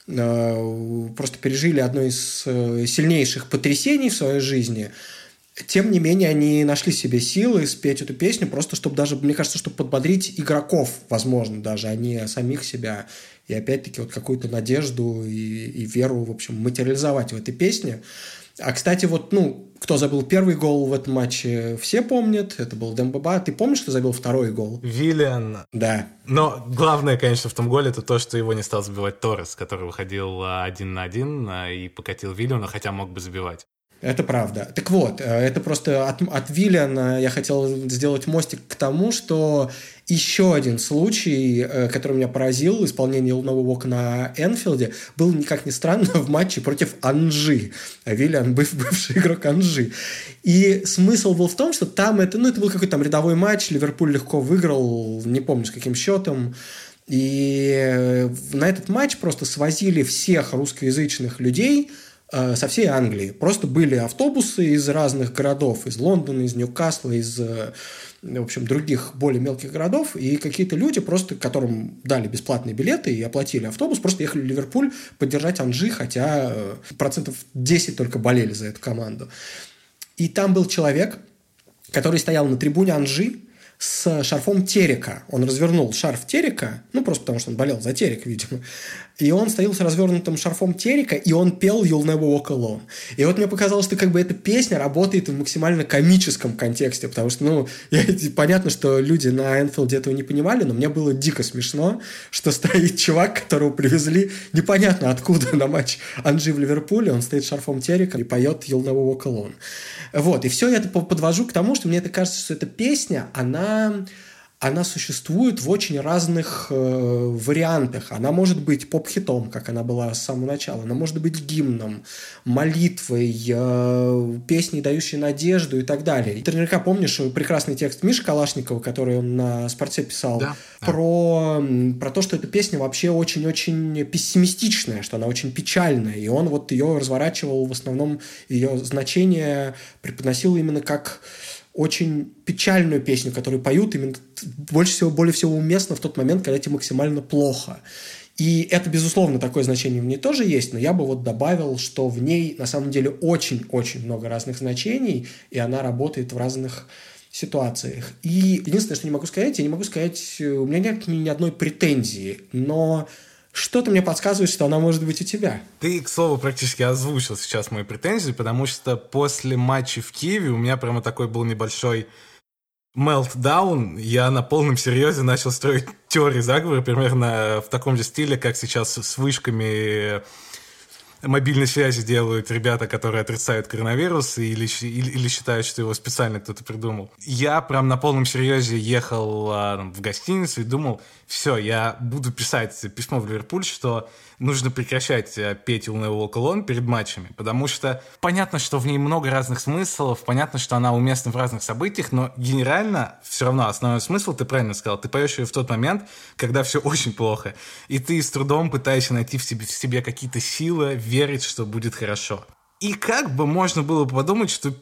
просто пережили одно из сильнейших потрясений в своей жизни, тем не менее они нашли себе силы спеть эту песню, просто чтобы даже, мне кажется, чтобы подбодрить игроков, возможно, даже, а не самих себя. И опять-таки вот какую-то надежду и, и веру, в общем, материализовать в этой песне. А, кстати, вот, ну, кто забил первый гол в этом матче, все помнят. Это был Дембаба. Ты помнишь, кто забил второй гол? Виллиан. Да. Но главное, конечно, в том голе это то, что его не стал забивать Торрес, который выходил один на один и покатил Виллиана, хотя мог бы забивать. Это правда. Так вот, это просто от, от Виллиана я хотел сделать мостик к тому, что еще один случай, который меня поразил, исполнение лунного вока на Энфилде, был, как ни странно, в матче против Анжи. Виллиан быв, бывший игрок Анжи. И смысл был в том, что там это, ну, это был какой-то там рядовой матч, Ливерпуль легко выиграл, не помню с каким счетом. И на этот матч просто свозили всех русскоязычных людей со всей Англии. Просто были автобусы из разных городов, из Лондона, из Ньюкасла, из, в общем, других более мелких городов, и какие-то люди просто, которым дали бесплатные билеты и оплатили автобус, просто ехали в Ливерпуль поддержать Анжи, хотя процентов десять только болели за эту команду. И там был человек, который стоял на трибуне Анжи с шарфом Терека. Он развернул шарф Терека, ну, просто потому что он болел за Терек, видимо. И он стоял с развернутым шарфом Терека, и он пел «You'll never walk alone». И вот мне показалось, что как бы эта песня работает в максимально комическом контексте, потому что, ну, я, понятно, что люди на Энфилде этого не понимали, но мне было дико смешно, что стоит чувак, которого привезли непонятно откуда на матч Анжи в Ливерпуле, он стоит с шарфом Терека и поет «You'll never walk alone». Вот, и все я это подвожу к тому, что мне это кажется, что эта песня, она... она существует в очень разных э, вариантах. Она может быть поп-хитом, как она была с самого начала. Она может быть гимном, молитвой, э, песней, дающей надежду и так далее. И ты наверняка помнишь прекрасный текст Миши Калашникова, который он на «Спорте» писал, да, про, да. про то, что эта песня вообще очень-очень пессимистичная, что она очень печальная. И он вот ее разворачивал, в основном ее значение преподносил именно как... очень печальную песню, которую поют именно больше всего, более всего уместно в тот момент, когда тебе максимально плохо. И это, безусловно, такое значение в ней тоже есть, но я бы вот добавил, что в ней на самом деле очень-очень много разных значений, и она работает в разных ситуациях. И единственное, что не могу сказать, я не могу сказать, у меня нет ни одной претензии, но... что-то мне подсказывает, что она может быть у тебя. Ты, к слову, практически озвучил сейчас мои претензии, потому что после матча в Киеве у меня прямо такой был небольшой мелтдаун. Я на полном серьезе начал строить теории заговора примерно в таком же стиле, как сейчас с вышками мобильной связи делают ребята, которые отрицают коронавирус или, или, или считают, что его специально кто-то придумал. Я прям на полном серьезе ехал а, в гостиницу и думал, все, я буду писать письмо в Ливерпуль, что нужно прекращать петь «You'll never walk alone» перед матчами, потому что понятно, что в ней много разных смыслов, понятно, что она уместна в разных событиях, но генерально все равно основной смысл, ты правильно сказал, ты поешь ее в тот момент, когда все очень плохо, и ты с трудом пытаешься найти в себе, в себе какие-то силы, верить, что будет хорошо. И как бы можно было подумать, что петь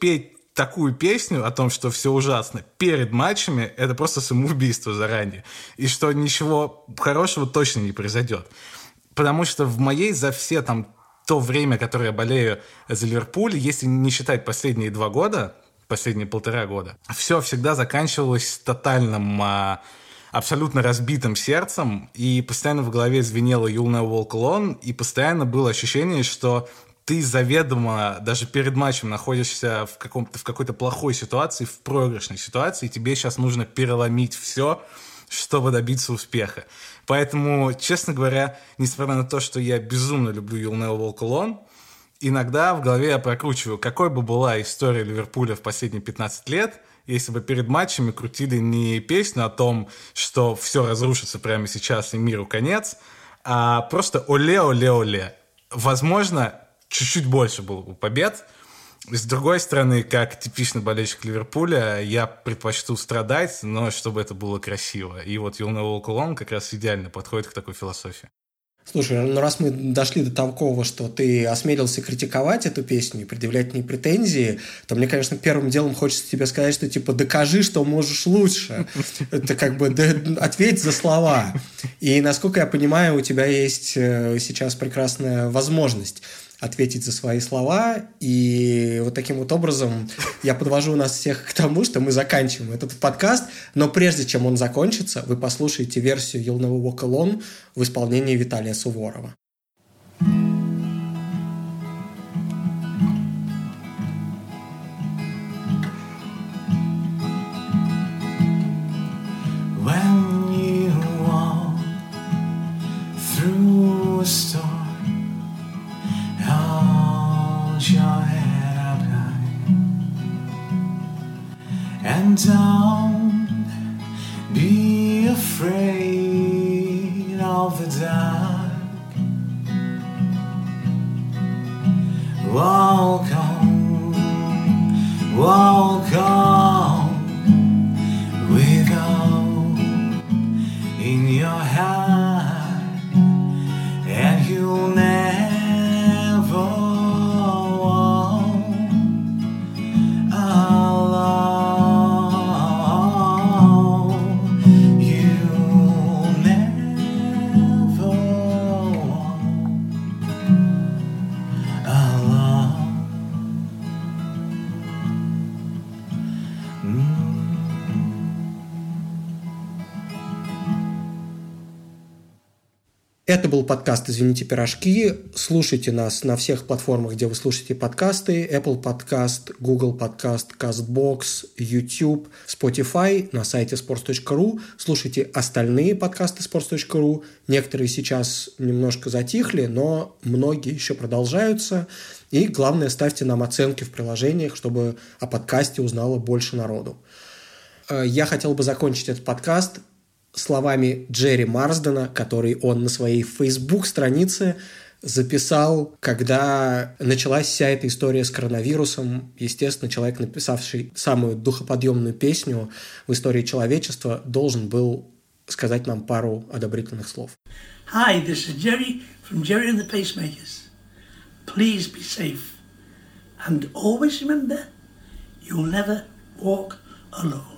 такую песню о том, что все ужасно, перед матчами, это просто самоубийство заранее. И что ничего хорошего точно не произойдет. Потому что в моей за все там то время, которое я болею за Ливерпуль, если не считать последние два года, последние полтора года, все всегда заканчивалось тотальным, а, абсолютно разбитым сердцем, и постоянно в голове звенело «You'll never walk alone», и постоянно было ощущение, что ты заведомо даже перед матчем находишься в, каком-то, в какой-то плохой ситуации, в проигрышной ситуации, и тебе сейчас нужно переломить все, чтобы добиться успеха. Поэтому, честно говоря, несмотря на то, что я безумно люблю «You'll never walk alone», иногда в голове я прокручиваю, какой бы была история Ливерпуля в последние пятнадцать лет, если бы перед матчами крутили не песню о том, что все разрушится прямо сейчас и миру конец, а просто «Оле-оле-оле». Возможно, чуть-чуть больше было бы побед. С другой стороны, как типичный болельщик Ливерпуля, я предпочту страдать, но чтобы это было красиво. И вот «You'll never walk alone» как раз идеально подходит к такой философии. Слушай, ну раз мы дошли до такого, что ты осмелился критиковать эту песню и предъявлять мне претензии, то мне, конечно, первым делом хочется тебе сказать, что типа докажи, что можешь лучше. Это как бы да, ответь за слова. И насколько я понимаю, у тебя есть сейчас прекрасная возможность ответить за свои слова, и вот таким вот образом я подвожу нас всех к тому, что мы заканчиваем этот подкаст, но прежде чем он закончится, вы послушаете версию «You'll never walk alone» в исполнении Виталия Суворова. When you walk through a storm, hold your head up high and don't be afraid of the dark. Walk on, walk on with hope in your heart, and you'll never Это был подкаст «Извините, пирожки». Слушайте нас на всех платформах, где вы слушаете подкасты. Apple Podcast, Google Podcast, CastBox, YouTube, Spotify, на сайте sports точка ru. Слушайте остальные подкасты sports точка ru. Некоторые сейчас немножко затихли, но многие еще продолжаются. И главное, ставьте нам оценки в приложениях, чтобы о подкасте узнало больше народу. Я хотел бы закончить этот подкаст словами Джерри Марсдена, который он на своей Facebook-странице записал, когда началась вся эта история с коронавирусом. Естественно, человек, написавший самую духоподъемную песню в истории человечества, должен был сказать нам пару одобрительных слов. Hi, this is Jerry from Jerry and the Pacemakers. Please be safe. And always remember, you'll never walk alone.